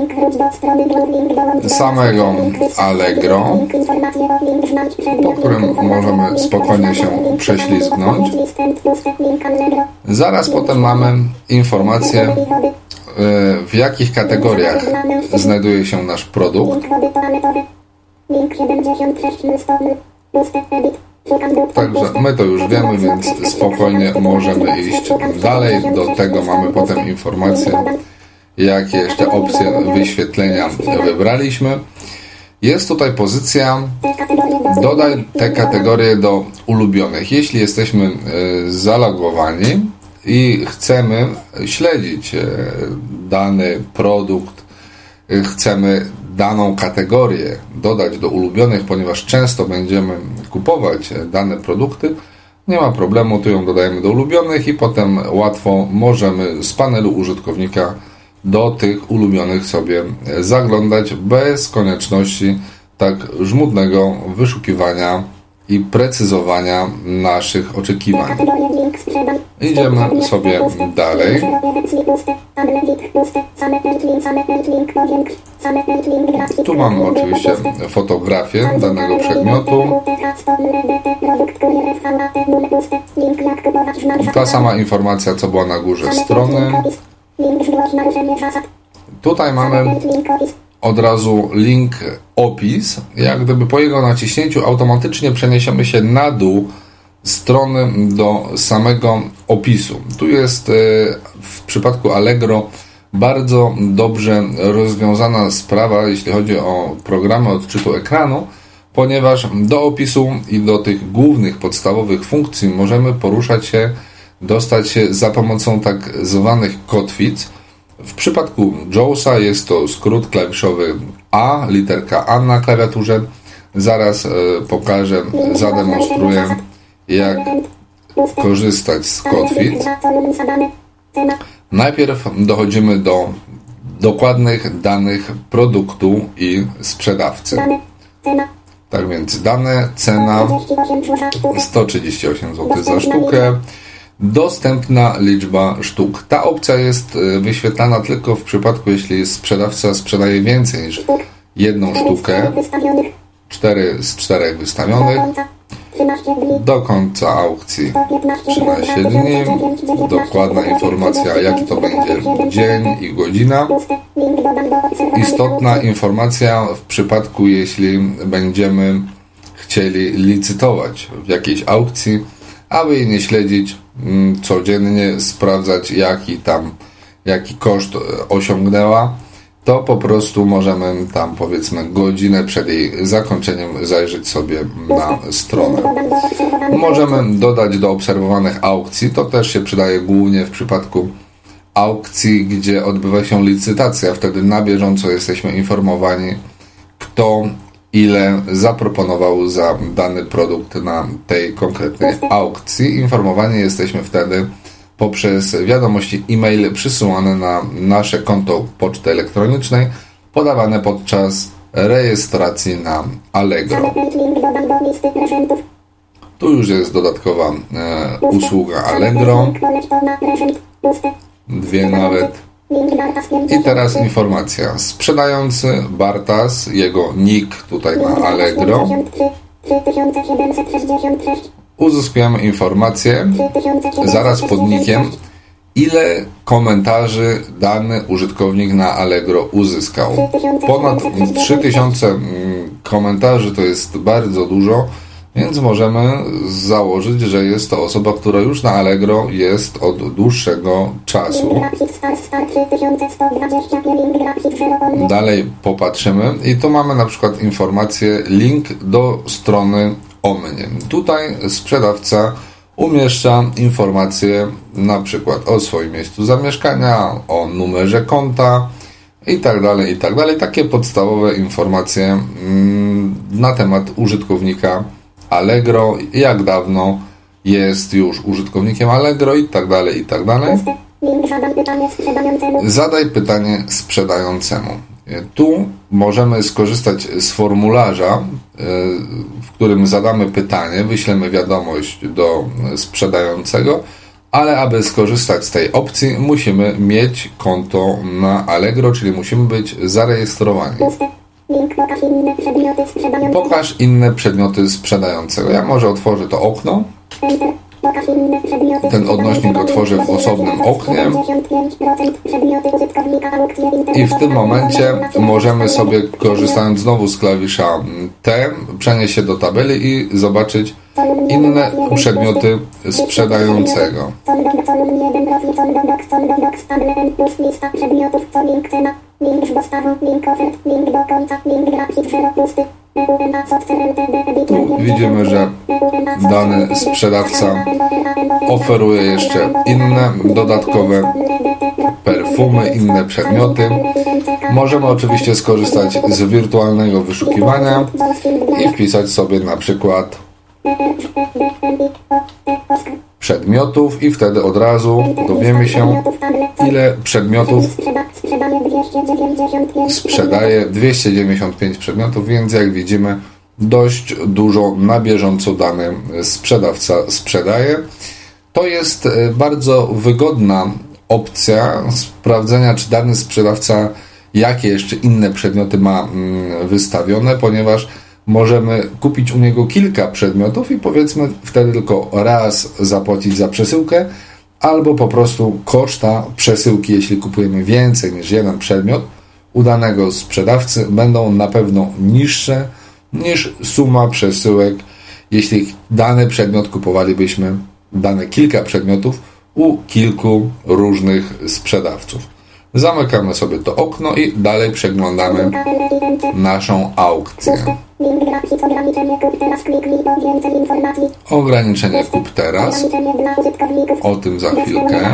samego Allegro, po którym możemy spokojnie się prześlizgnąć. Zaraz potem mamy informację, w jakich kategoriach znajduje się nasz produkt. Także my to już wiemy, więc spokojnie możemy iść dalej. Do tego mamy potem informację, jakie jeszcze opcje wyświetlenia wybraliśmy. Jest tutaj pozycja dodaj te kategorie do ulubionych. Jeśli jesteśmy zalogowani i chcemy śledzić dany produkt, chcemy daną kategorię dodać do ulubionych, ponieważ często będziemy kupować dane produkty, nie ma problemu, tu ją dodajemy do ulubionych i potem łatwo możemy z panelu użytkownika do tych ulubionych sobie zaglądać bez konieczności tak żmudnego wyszukiwania i precyzowania naszych oczekiwań. Idziemy sobie dalej. Tu mamy oczywiście fotografię danego przedmiotu. Ta sama informacja, co była na górze strony. Tutaj mamy od razu link opis. Jak gdyby po jego naciśnięciu automatycznie przeniesiemy się na dół strony do samego opisu. Tu jest w przypadku Allegro bardzo dobrze rozwiązana sprawa, jeśli chodzi o programy odczytu ekranu, ponieważ do opisu i do tych głównych, podstawowych funkcji możemy poruszać się, dostać się za pomocą tak zwanych kotwic. W przypadku JAWSa jest to skrót klawiszowy A, literka A na klawiaturze. Zaraz pokażę, zademonstruję, jak korzystać z kotwic. Najpierw dochodzimy do dokładnych danych produktu i sprzedawcy. Tak więc dane, cena 138 zł za sztukę, dostępna liczba sztuk. Ta opcja jest wyświetlana tylko w przypadku, jeśli sprzedawca sprzedaje więcej niż jedną sztukę, 4 z 4 wystawionych. Do końca aukcji 13 dni, dokładna informacja, jaki to będzie dzień i godzina. Istotna informacja w przypadku, jeśli będziemy chcieli licytować w jakiejś aukcji, aby jej nie śledzić, codziennie sprawdzać, jaki koszt osiągnęła, to po prostu możemy tam, powiedzmy, godzinę przed jej zakończeniem zajrzeć sobie na stronę. Możemy dodać do obserwowanych aukcji, to też się przydaje głównie w przypadku aukcji, gdzie odbywa się licytacja. Wtedy na bieżąco jesteśmy informowani, kto ile zaproponował za dany produkt na tej konkretnej aukcji. Informowani jesteśmy wtedy poprzez wiadomości e-mail przysyłane na nasze konto poczty elektronicznej, podawane podczas rejestracji na Allegro. Tu już jest dodatkowa usługa Allegro, 2 nawet. I teraz informacja. Sprzedający Bartas, jego nick tutaj na Allegro. Uzyskujemy informację zaraz pod nickiem, ile komentarzy dany użytkownik na Allegro uzyskał. Ponad 3000 komentarzy to jest bardzo dużo, więc możemy założyć, że jest to osoba, która już na Allegro jest od dłuższego czasu. Dalej popatrzymy i tu mamy na przykład informację, link do strony o mnie. Tutaj sprzedawca umieszcza informacje na przykład o swoim miejscu zamieszkania, o numerze konta i tak dalej, i tak dalej. Takie podstawowe informacje na temat użytkownika Allegro, jak dawno jest już użytkownikiem Allegro i tak dalej, i tak dalej. Zadaj pytanie sprzedającemu. Tu możemy skorzystać z formularza, w którym zadamy pytanie, wyślemy wiadomość do sprzedającego, ale aby skorzystać z tej opcji, musimy mieć konto na Allegro, czyli musimy być zarejestrowani. Pokaż inne przedmioty sprzedającego. Ja może otworzę to okno. Ten odnośnik otworzę w osobnym oknie i w tym momencie możemy sobie, korzystając znowu z klawisza T, przenieść się do tabeli i zobaczyć inne przedmioty sprzedającego. Tu widzimy, że dany sprzedawca oferuje jeszcze inne dodatkowe perfumy, inne przedmioty. Możemy oczywiście skorzystać z wirtualnego wyszukiwania i wpisać sobie na przykład przedmiotów i wtedy od razu dowiemy się, ile przedmiotów sprzedaje. 295 przedmiotów, więc jak widzimy, dość dużo na bieżąco dany sprzedawca sprzedaje. To jest bardzo wygodna opcja sprawdzenia, czy dany sprzedawca jakie jeszcze inne przedmioty ma wystawione, ponieważ możemy kupić u niego kilka przedmiotów i powiedzmy wtedy tylko raz zapłacić za przesyłkę, albo po prostu koszta przesyłki, jeśli kupujemy więcej niż jeden przedmiot u danego sprzedawcy, będą na pewno niższe niż suma przesyłek, jeśli dany przedmiot kupowalibyśmy, dane kilka przedmiotów u kilku różnych sprzedawców. Zamykamy sobie to okno i dalej przeglądamy naszą aukcję. Ograniczenie kup teraz. O tym za chwilkę.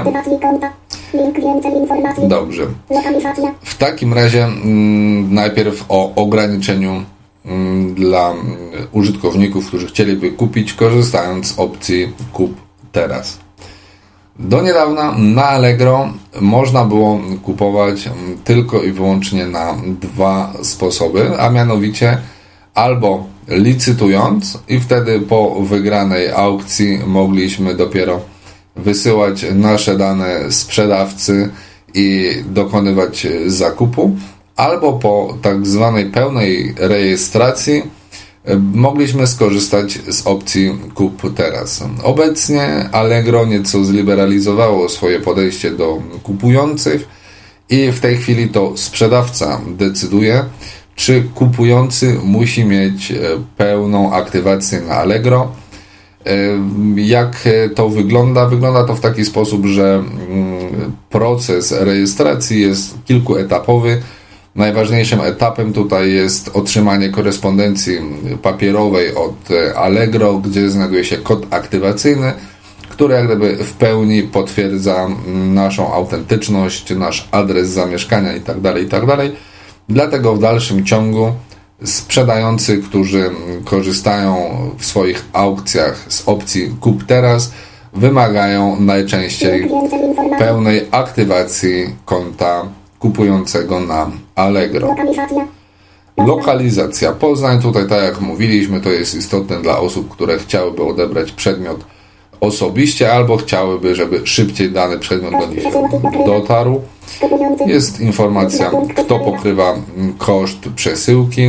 Dobrze. W takim razie najpierw o ograniczeniu dla użytkowników, którzy chcieliby kupić, korzystając z opcji kup teraz. Do niedawna na Allegro można było kupować tylko i wyłącznie na 2 sposoby, a mianowicie albo licytując i wtedy po wygranej aukcji mogliśmy dopiero wysyłać nasze dane sprzedawcy i dokonywać zakupu, albo po tak zwanej pełnej rejestracji mogliśmy skorzystać z opcji kup teraz. Obecnie Allegro nieco zliberalizowało swoje podejście do kupujących i w tej chwili to sprzedawca decyduje, czy kupujący musi mieć pełną aktywację na Allegro, Jak to wygląda? Wygląda to w taki sposób, że proces rejestracji jest kilkuetapowy. Najważniejszym etapem tutaj jest otrzymanie korespondencji papierowej od Allegro, gdzie znajduje się kod aktywacyjny, który jak gdyby w pełni potwierdza naszą autentyczność, nasz adres zamieszkania itd. Dlatego w dalszym ciągu sprzedający, którzy korzystają w swoich aukcjach z opcji kup teraz, wymagają najczęściej pełnej aktywacji konta kupującego na Allegro. Lokalizacja Poznań, tutaj tak jak mówiliśmy, to jest istotne dla osób, które chciałyby odebrać przedmiot osobiście albo chciałyby, żeby szybciej dany przedmiot do nich dotarł. Jest informacja, kto pokrywa koszt przesyłki,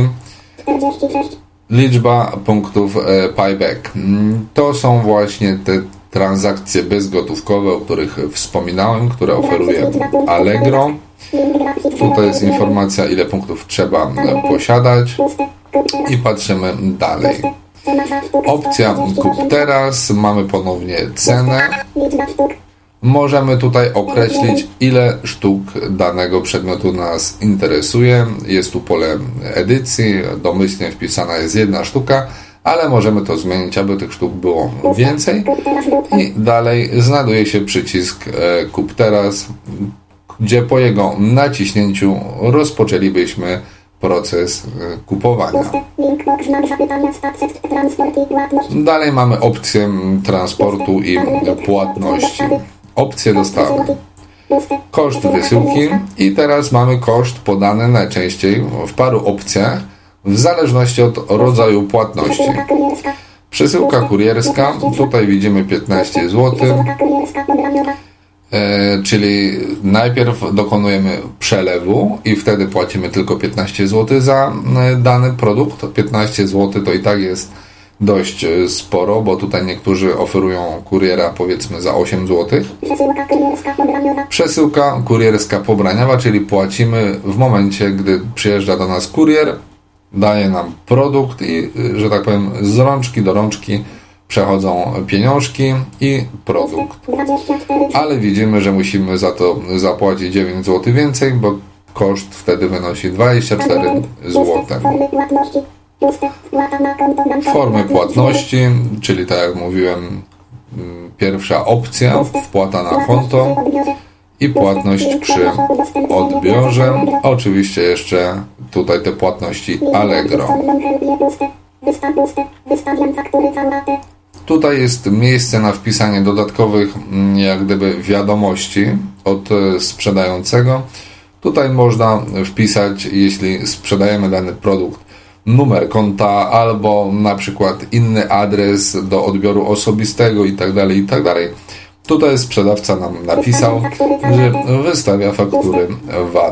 liczba punktów payback. To są właśnie te transakcje bezgotówkowe, o których wspominałem, które oferuje Allegro. Tutaj jest informacja, ile punktów trzeba posiadać i patrzymy dalej. Opcja kup teraz, mamy ponownie cenę. Możemy tutaj określić, ile sztuk danego przedmiotu nas interesuje. Jest tu pole edycji, domyślnie wpisana jest 1 sztuka, ale możemy to zmienić, aby tych sztuk było więcej. I dalej znajduje się przycisk kup teraz, gdzie po jego naciśnięciu rozpoczęlibyśmy proces kupowania. Dalej mamy opcję transportu i płatności. Opcję dostawy. Koszt wysyłki i teraz mamy koszt podany najczęściej w paru opcjach w zależności od rodzaju płatności. Przesyłka kurierska, tutaj widzimy 15 zł, czyli najpierw dokonujemy przelewu i wtedy płacimy tylko 15 zł za dany produkt. 15 zł to i tak jest dość sporo, bo tutaj niektórzy oferują kuriera powiedzmy za 8 zł. Przesyłka kurierska pobraniowa, czyli płacimy w momencie, gdy przyjeżdża do nas kurier, daje nam produkt i, że tak powiem, z rączki do rączki przechodzą pieniążki i produkt. Ale widzimy, że musimy za to zapłacić 9 zł więcej, bo koszt wtedy wynosi 24 zł. Formy płatności, czyli tak jak mówiłem, pierwsza opcja, wpłata na konto i płatność przy odbiorze. Oczywiście jeszcze tutaj te płatności Allegro. Tutaj jest miejsce na wpisanie dodatkowych jak gdyby wiadomości od sprzedającego. Tutaj można wpisać, jeśli sprzedajemy dany produkt, numer konta albo na przykład inny adres do odbioru osobistego itd. Tutaj sprzedawca nam napisał, że wystawia faktury VAT.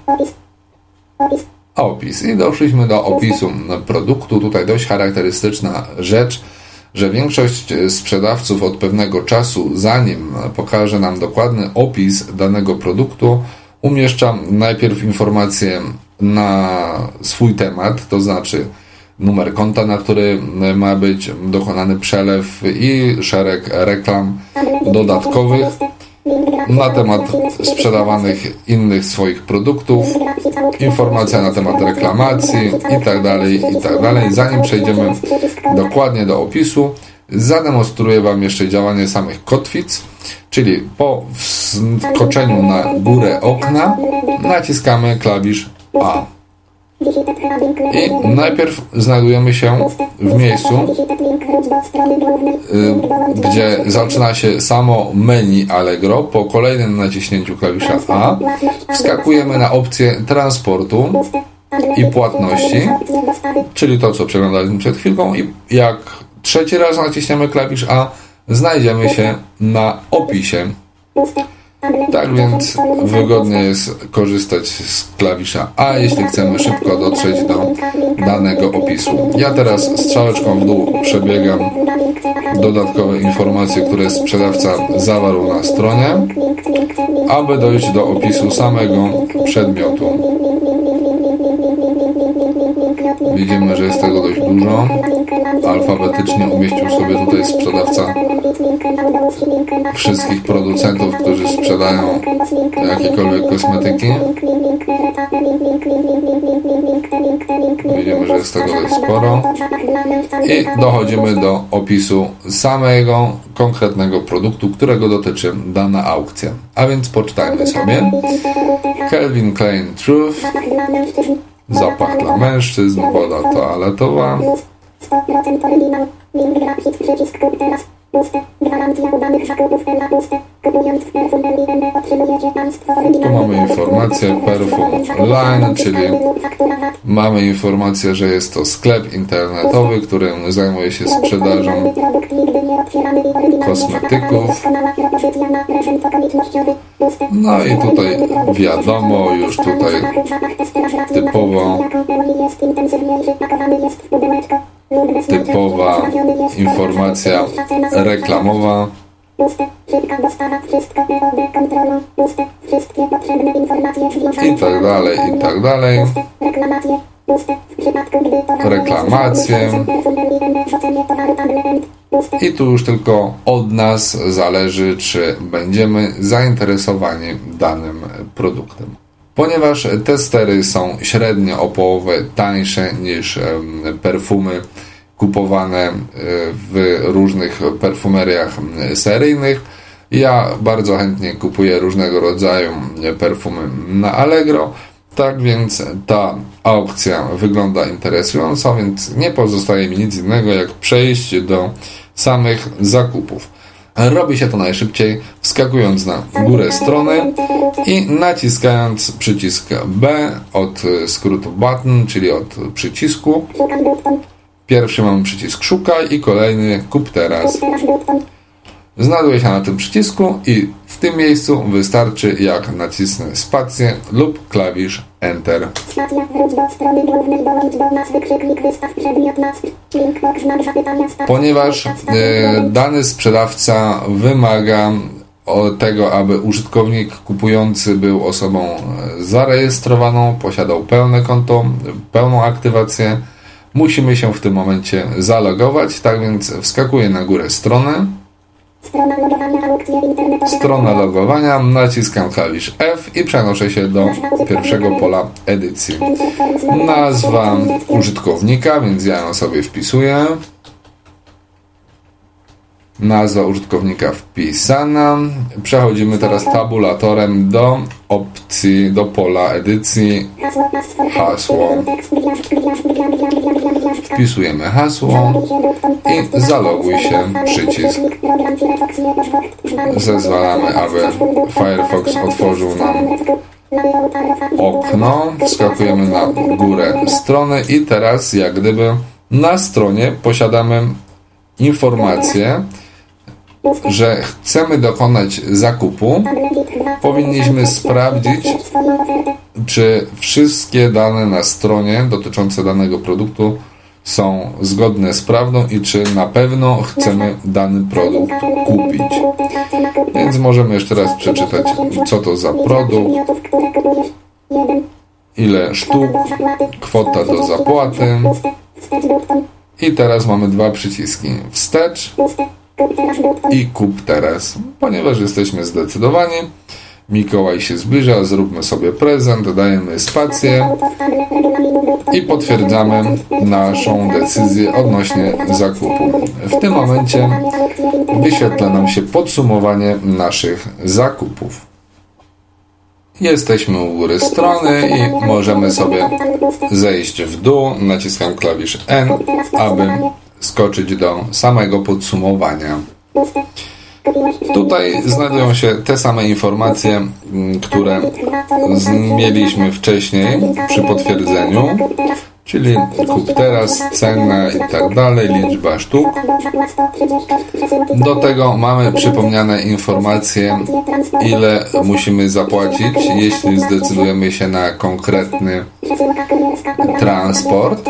Opis. I doszliśmy do opisu produktu. Tutaj dość charakterystyczna rzecz, że większość sprzedawców od pewnego czasu, zanim pokaże nam dokładny opis danego produktu, umieszcza najpierw informacje na swój temat, to znaczy numer konta, na który ma być dokonany przelew i szereg reklam dodatkowych na temat sprzedawanych innych swoich produktów, informacja na temat reklamacji itd. Zanim przejdziemy dokładnie do opisu, zademonstruję Wam jeszcze działanie samych kotwic, czyli po wskoczeniu na górę okna naciskamy klawisz A. I najpierw znajdujemy się w miejscu, gdzie zaczyna się samo menu Allegro. Po kolejnym naciśnięciu klawisza A wskakujemy na opcję transportu i płatności, czyli to, co przeglądaliśmy przed chwilką, i jak trzeci raz naciśniemy klawisz A, znajdziemy się na opisie. Tak więc wygodnie jest korzystać z klawisza A, jeśli chcemy szybko dotrzeć do danego opisu. Ja teraz strzałeczką w dół przebiegam dodatkowe informacje, które sprzedawca zawarł na stronie, aby dojść do opisu samego przedmiotu. Widzimy, że jest tego dość dużo. Alfabetycznie umieścił sobie tutaj sprzedawca wszystkich producentów, którzy sprzedają jakiekolwiek kosmetyki. Widzimy, że jest tego dość sporo. I dochodzimy do opisu samego konkretnego produktu, którego dotyczy dana aukcja. A więc poczytajmy sobie. Calvin Klein Truth, zapach dla mężczyzn, woda toaletowa. 100% oryginał, link grafik, przycisk kup teraz, puste, gwarancja udanych zakupów na puste, kupując w perfumerii ND otrzymujecie państwo oryginał. Tu mamy informację Perfum Line, czyli mamy informację, że jest to sklep internetowy, który zajmuje się sprzedażą kosmetyków. No i tutaj wiadomo, już tutaj typowa informacja reklamowa. I tak dalej, i tak dalej. Reklamacje. I tu już tylko od nas zależy, czy będziemy zainteresowani danym produktem. Ponieważ te stery są średnio o połowę tańsze niż perfumy kupowane w różnych perfumeriach seryjnych, ja bardzo chętnie kupuję różnego rodzaju perfumy na Allegro. Tak więc ta aukcja wygląda interesująco, więc nie pozostaje mi nic innego, jak przejść do samych zakupów. Robi się to najszybciej wskakując na górę strony i naciskając przycisk B od skrótu button, czyli od przycisku. Pierwszy mamy przycisk szukaj i kolejny kup teraz. Znajduję się na tym przycisku i w tym miejscu wystarczy, jak nacisnę spację lub klawisz Enter. Ponieważ dany sprzedawca wymaga tego, aby użytkownik kupujący był osobą zarejestrowaną, posiadał pełne konto, pełną aktywację, musimy się w tym momencie zalogować, tak więc wskakuję na górę strony. Strona logowania, naciskam klawisz F i przenoszę się do pierwszego pola edycji. Nazwa użytkownika, więc ja ją sobie wpisuję. Nazwa użytkownika wpisana. Przechodzimy teraz tabulatorem do opcji, do pola edycji. Hasło. Wpisujemy hasło i zaloguj się, przycisk. Zezwalamy, aby Firefox otworzył nam okno. Wskakujemy na górę strony i teraz jak gdyby na stronie posiadamy informację, że chcemy dokonać zakupu. Powinniśmy sprawdzić, czy wszystkie dane na stronie dotyczące danego produktu są zgodne z prawdą i czy na pewno chcemy dany produkt kupić. Więc możemy jeszcze raz przeczytać, co to za produkt, ile sztuk, kwota do zapłaty. I teraz mamy dwa przyciski: wstecz i kup teraz. Ponieważ jesteśmy zdecydowani, Mikołaj się zbliża, zróbmy sobie prezent, dajemy spację i potwierdzamy naszą decyzję odnośnie zakupu. W tym momencie wyświetla nam się podsumowanie naszych zakupów. Jesteśmy u góry strony i możemy sobie zejść w dół. Naciskam klawisz N, aby skoczyć do samego podsumowania. Tutaj znajdują się te same informacje, które mieliśmy wcześniej przy potwierdzeniu, czyli kup teraz, cena i tak dalej, liczba sztuk. Do tego mamy przypomniane informacje, ile musimy zapłacić, jeśli zdecydujemy się na konkretny transport.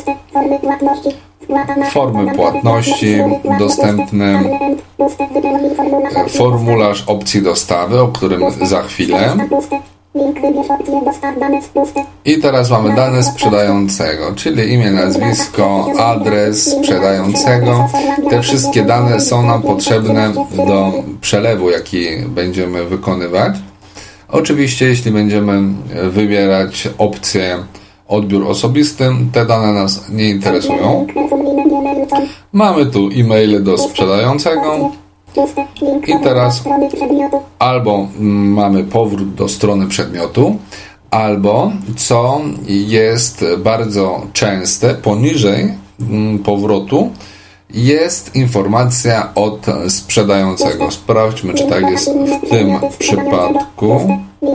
Formy płatności dostępne, formularz opcji dostawy, o którym za chwilę. Link wybierz opcję dostaw dane puste. I teraz mamy dane sprzedającego, czyli imię, nazwisko, adres sprzedającego. Te wszystkie dane są nam potrzebne do przelewu, jaki będziemy wykonywać. Oczywiście, jeśli będziemy wybierać opcję odbiór osobisty, te dane nas nie interesują. Mamy tu e-maile do sprzedającego. I teraz albo mamy powrót do strony przedmiotu, albo, co jest bardzo częste, poniżej powrotu jest informacja od sprzedającego. Sprawdźmy, czy tak jest w tym przypadku.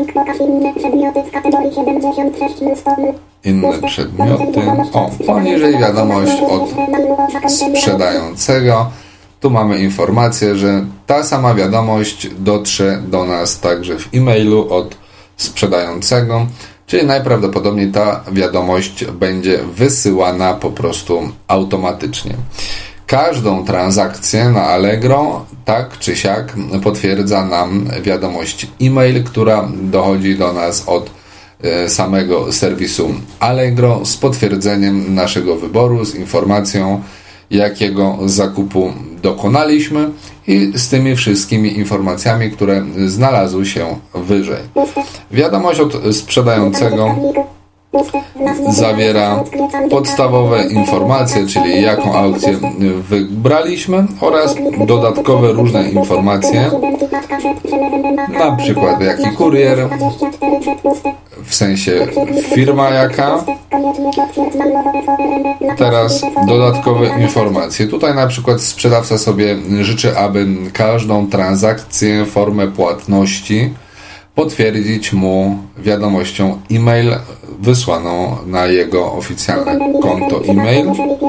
Inne przedmioty. O, poniżej wiadomość od sprzedającego. Tu mamy informację, że ta sama wiadomość dotrze do nas także w e-mailu od sprzedającego, czyli najprawdopodobniej ta wiadomość będzie wysyłana po prostu automatycznie. Każdą transakcję na Allegro tak czy siak potwierdza nam wiadomość e-mail, która dochodzi do nas od samego serwisu Allegro z potwierdzeniem naszego wyboru, z informacją, jakiego zakupu dokonaliśmy i z tymi wszystkimi informacjami, które znalazły się wyżej. Wiadomość od sprzedającego zawiera podstawowe informacje, czyli jaką aukcję wybraliśmy oraz dodatkowe różne informacje, na przykład jaki kurier, w sensie firma jaka. Teraz dodatkowe informacje. Tutaj na przykład sprzedawca sobie życzy, aby każdą transakcję, formę płatności potwierdzić mu wiadomością e-mail wysłaną na jego oficjalne konto e-mail.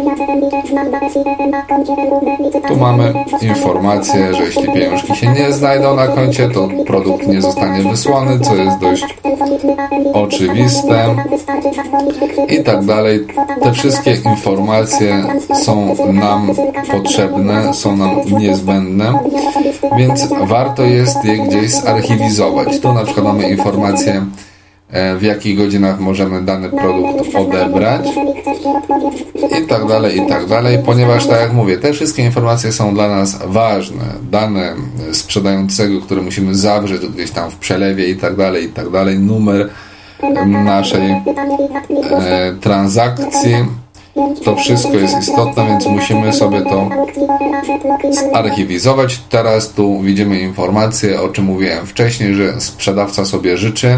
Tu mamy informację, że jeśli pieniążki się nie znajdą na koncie, to produkt nie zostanie wysłany, co jest dość oczywiste i tak dalej. Te wszystkie informacje są nam potrzebne, są nam niezbędne, więc warto jest je gdzieś zarchiwizować. Tu na przykład mamy informację, w jakich godzinach możemy dany produkt odebrać i tak dalej, ponieważ tak jak mówię, te wszystkie informacje są dla nas ważne. Dane sprzedającego, które musimy zawrzeć gdzieś tam w przelewie i tak dalej, numer naszej transakcji. To wszystko jest istotne, więc musimy sobie to zarchiwizować. Teraz tu widzimy informację, o czym mówiłem wcześniej, że sprzedawca sobie życzy,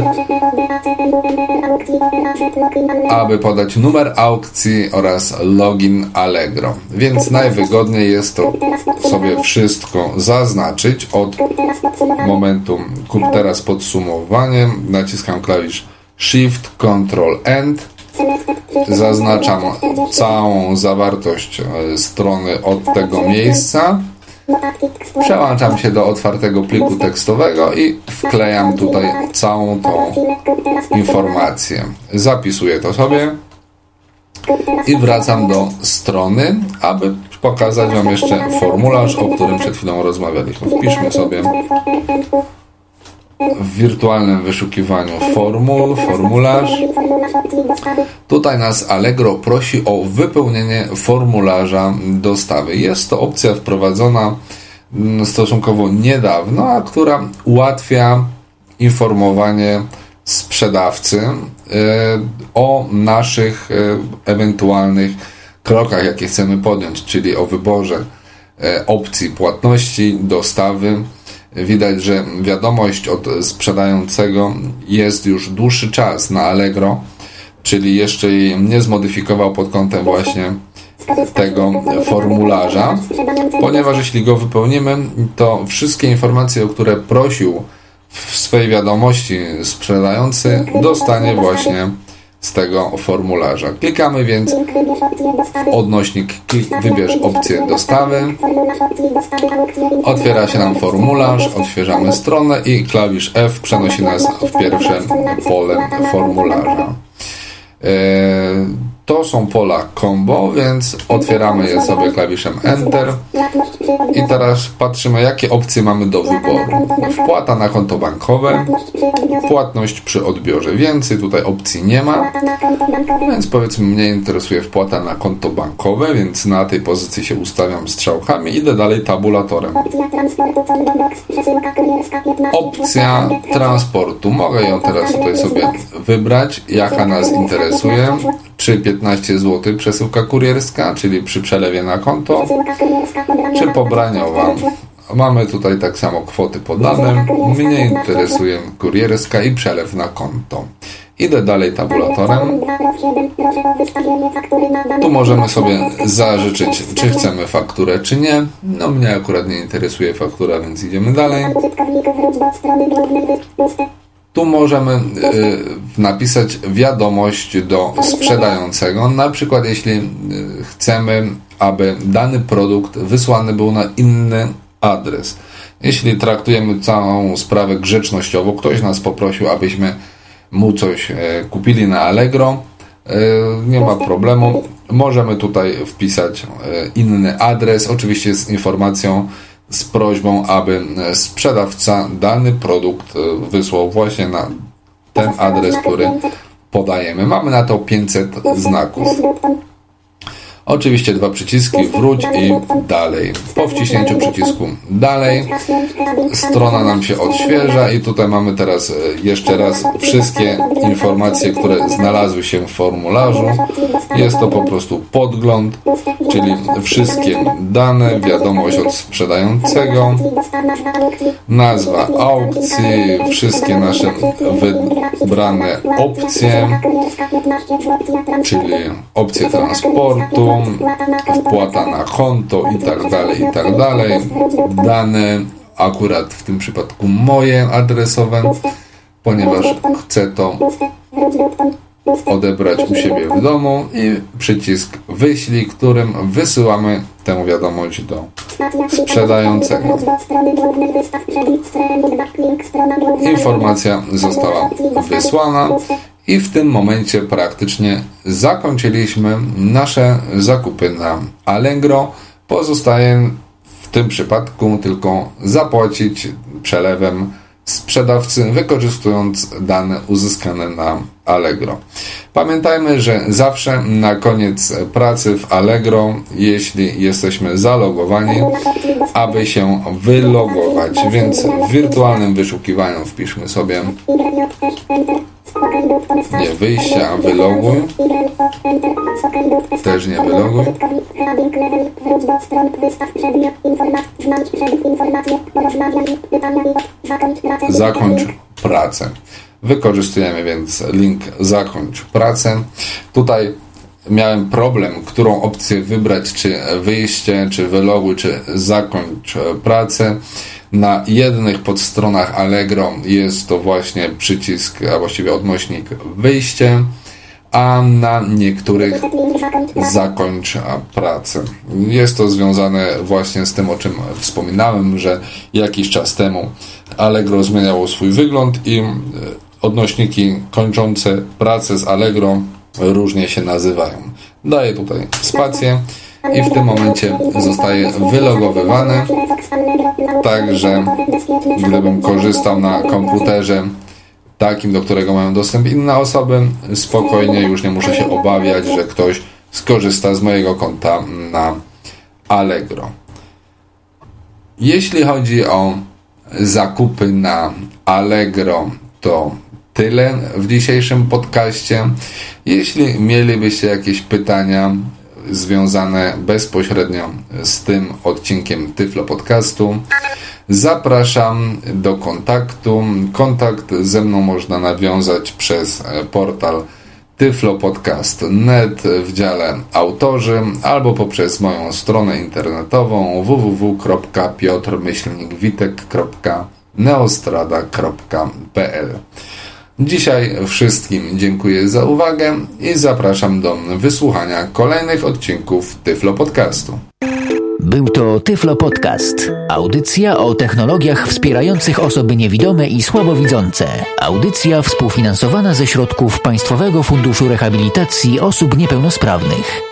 aby podać numer aukcji oraz login Allegro. Więc najwygodniej jest to sobie wszystko zaznaczyć od momentu kup teraz podsumowanie. Naciskam klawisz Shift, Ctrl, End. Zaznaczam całą zawartość strony od tego miejsca. Przełączam się do otwartego pliku tekstowego i wklejam tutaj całą tą informację. Zapisuję to sobie i wracam do strony, aby pokazać Wam jeszcze formularz, o którym przed chwilą rozmawialiśmy. Wpiszmy sobie w wirtualnym wyszukiwaniu formularz. Tutaj nas Allegro prosi o wypełnienie formularza dostawy. Jest to opcja wprowadzona stosunkowo niedawno, a która ułatwia informowanie sprzedawcy o naszych ewentualnych krokach, jakie chcemy podjąć, czyli o wyborze opcji płatności, dostawy. Widać, że wiadomość od sprzedającego jest już dłuższy czas na Allegro, czyli jeszcze jej nie zmodyfikował pod kątem właśnie tego formularza, ponieważ jeśli go wypełnimy, to wszystkie informacje, o które prosił w swojej wiadomości sprzedający, dostanie właśnie z tego formularza. Klikamy więc w odnośnik wybierz opcję dostawy. Otwiera się nam formularz, odświeżamy stronę i klawisz F przenosi nas w pierwsze pole formularza. To są pola combo, więc otwieramy je sobie klawiszem Enter i teraz patrzymy, jakie opcje mamy do wyboru. Wpłata na konto bankowe, płatność przy odbiorze. Więcej tutaj opcji nie ma, więc powiedzmy mnie interesuje wpłata na konto bankowe, więc na tej pozycji się ustawiam strzałkami, idę dalej tabulatorem. Opcja transportu. Mogę ją teraz tutaj sobie wybrać, jaka nas interesuje. Czy 15 zł przesyłka kurierska, czyli przy przelewie na konto, czy pobraniowa. Mamy tutaj tak samo kwoty podane. Mnie interesuje kurierska i przelew na konto. Idę dalej tabulatorem. Tu możemy sobie zażyczyć, czy chcemy fakturę, czy nie. No mnie akurat nie interesuje faktura, więc idziemy dalej. Tu możemy napisać wiadomość do sprzedającego. Na przykład jeśli chcemy, aby dany produkt wysłany był na inny adres. Jeśli traktujemy całą sprawę grzecznościowo, ktoś nas poprosił, abyśmy mu coś kupili na Allegro, nie ma problemu. Możemy tutaj wpisać inny adres, oczywiście z informacją, z prośbą, aby sprzedawca dany produkt wysłał właśnie na ten adres, który podajemy. Mamy na to 500 znaków. Oczywiście 2 przyciski, wróć i dalej. Po wciśnięciu przycisku dalej strona nam się odświeża i tutaj mamy teraz jeszcze raz wszystkie informacje, które znalazły się w formularzu. Jest to po prostu podgląd, czyli wszystkie dane, wiadomość od sprzedającego, nazwa aukcji, wszystkie nasze wybrane opcje, czyli opcje transportu, wpłata na konto i tak dalej, dane akurat w tym przypadku moje adresowe, ponieważ chcę to odebrać u siebie w domu i przycisk wyślij, którym wysyłamy tę wiadomość do sprzedającego. Informacja została wysłana i w tym momencie praktycznie zakończyliśmy nasze zakupy na Allegro. Pozostaje w tym przypadku tylko zapłacić przelewem sprzedawcy, wykorzystując dane uzyskane na Allegro. Pamiętajmy, że zawsze na koniec pracy w Allegro, jeśli jesteśmy zalogowani, aby się wylogować, więc w wirtualnym wyszukiwaniu wpiszmy sobie nie wyjście, a wyloguj. Też nie wyloguj. Zakończ pracę. Wykorzystujemy więc link zakończ pracę. Tutaj miałem problem, którą opcję wybrać, czy wyjście, czy wyloguj, czy zakończ pracę. Na jednych podstronach Allegro jest to właśnie przycisk, a właściwie odnośnik wyjście, a na niektórych zakończ pracę. Jest to związane właśnie z tym, o czym wspominałem, że jakiś czas temu Allegro zmieniało swój wygląd i odnośniki kończące pracę z Allegro różnie się nazywają. Daję tutaj spację i w tym momencie zostaje wylogowywany, także gdybym korzystał na komputerze takim, do którego mają dostęp inne osoby, spokojnie już nie muszę się obawiać, że ktoś skorzysta z mojego konta na Allegro. Jeśli chodzi o zakupy na Allegro, to tyle w dzisiejszym podcaście. Jeśli mielibyście jakieś pytania związane bezpośrednio z tym odcinkiem Tyflo Podcastu, zapraszam do kontaktu. Kontakt ze mną można nawiązać przez portal tyflopodcast.net w dziale autorzy albo poprzez moją stronę internetową www.piotrmyślnikwitek.neostrada.pl. Dzisiaj wszystkim dziękuję za uwagę i zapraszam do wysłuchania kolejnych odcinków Tyflo Podcastu. Był to Tyflo Podcast. Audycja o technologiach wspierających osoby niewidome i słabowidzące. Audycja współfinansowana ze środków Państwowego Funduszu Rehabilitacji Osób Niepełnosprawnych.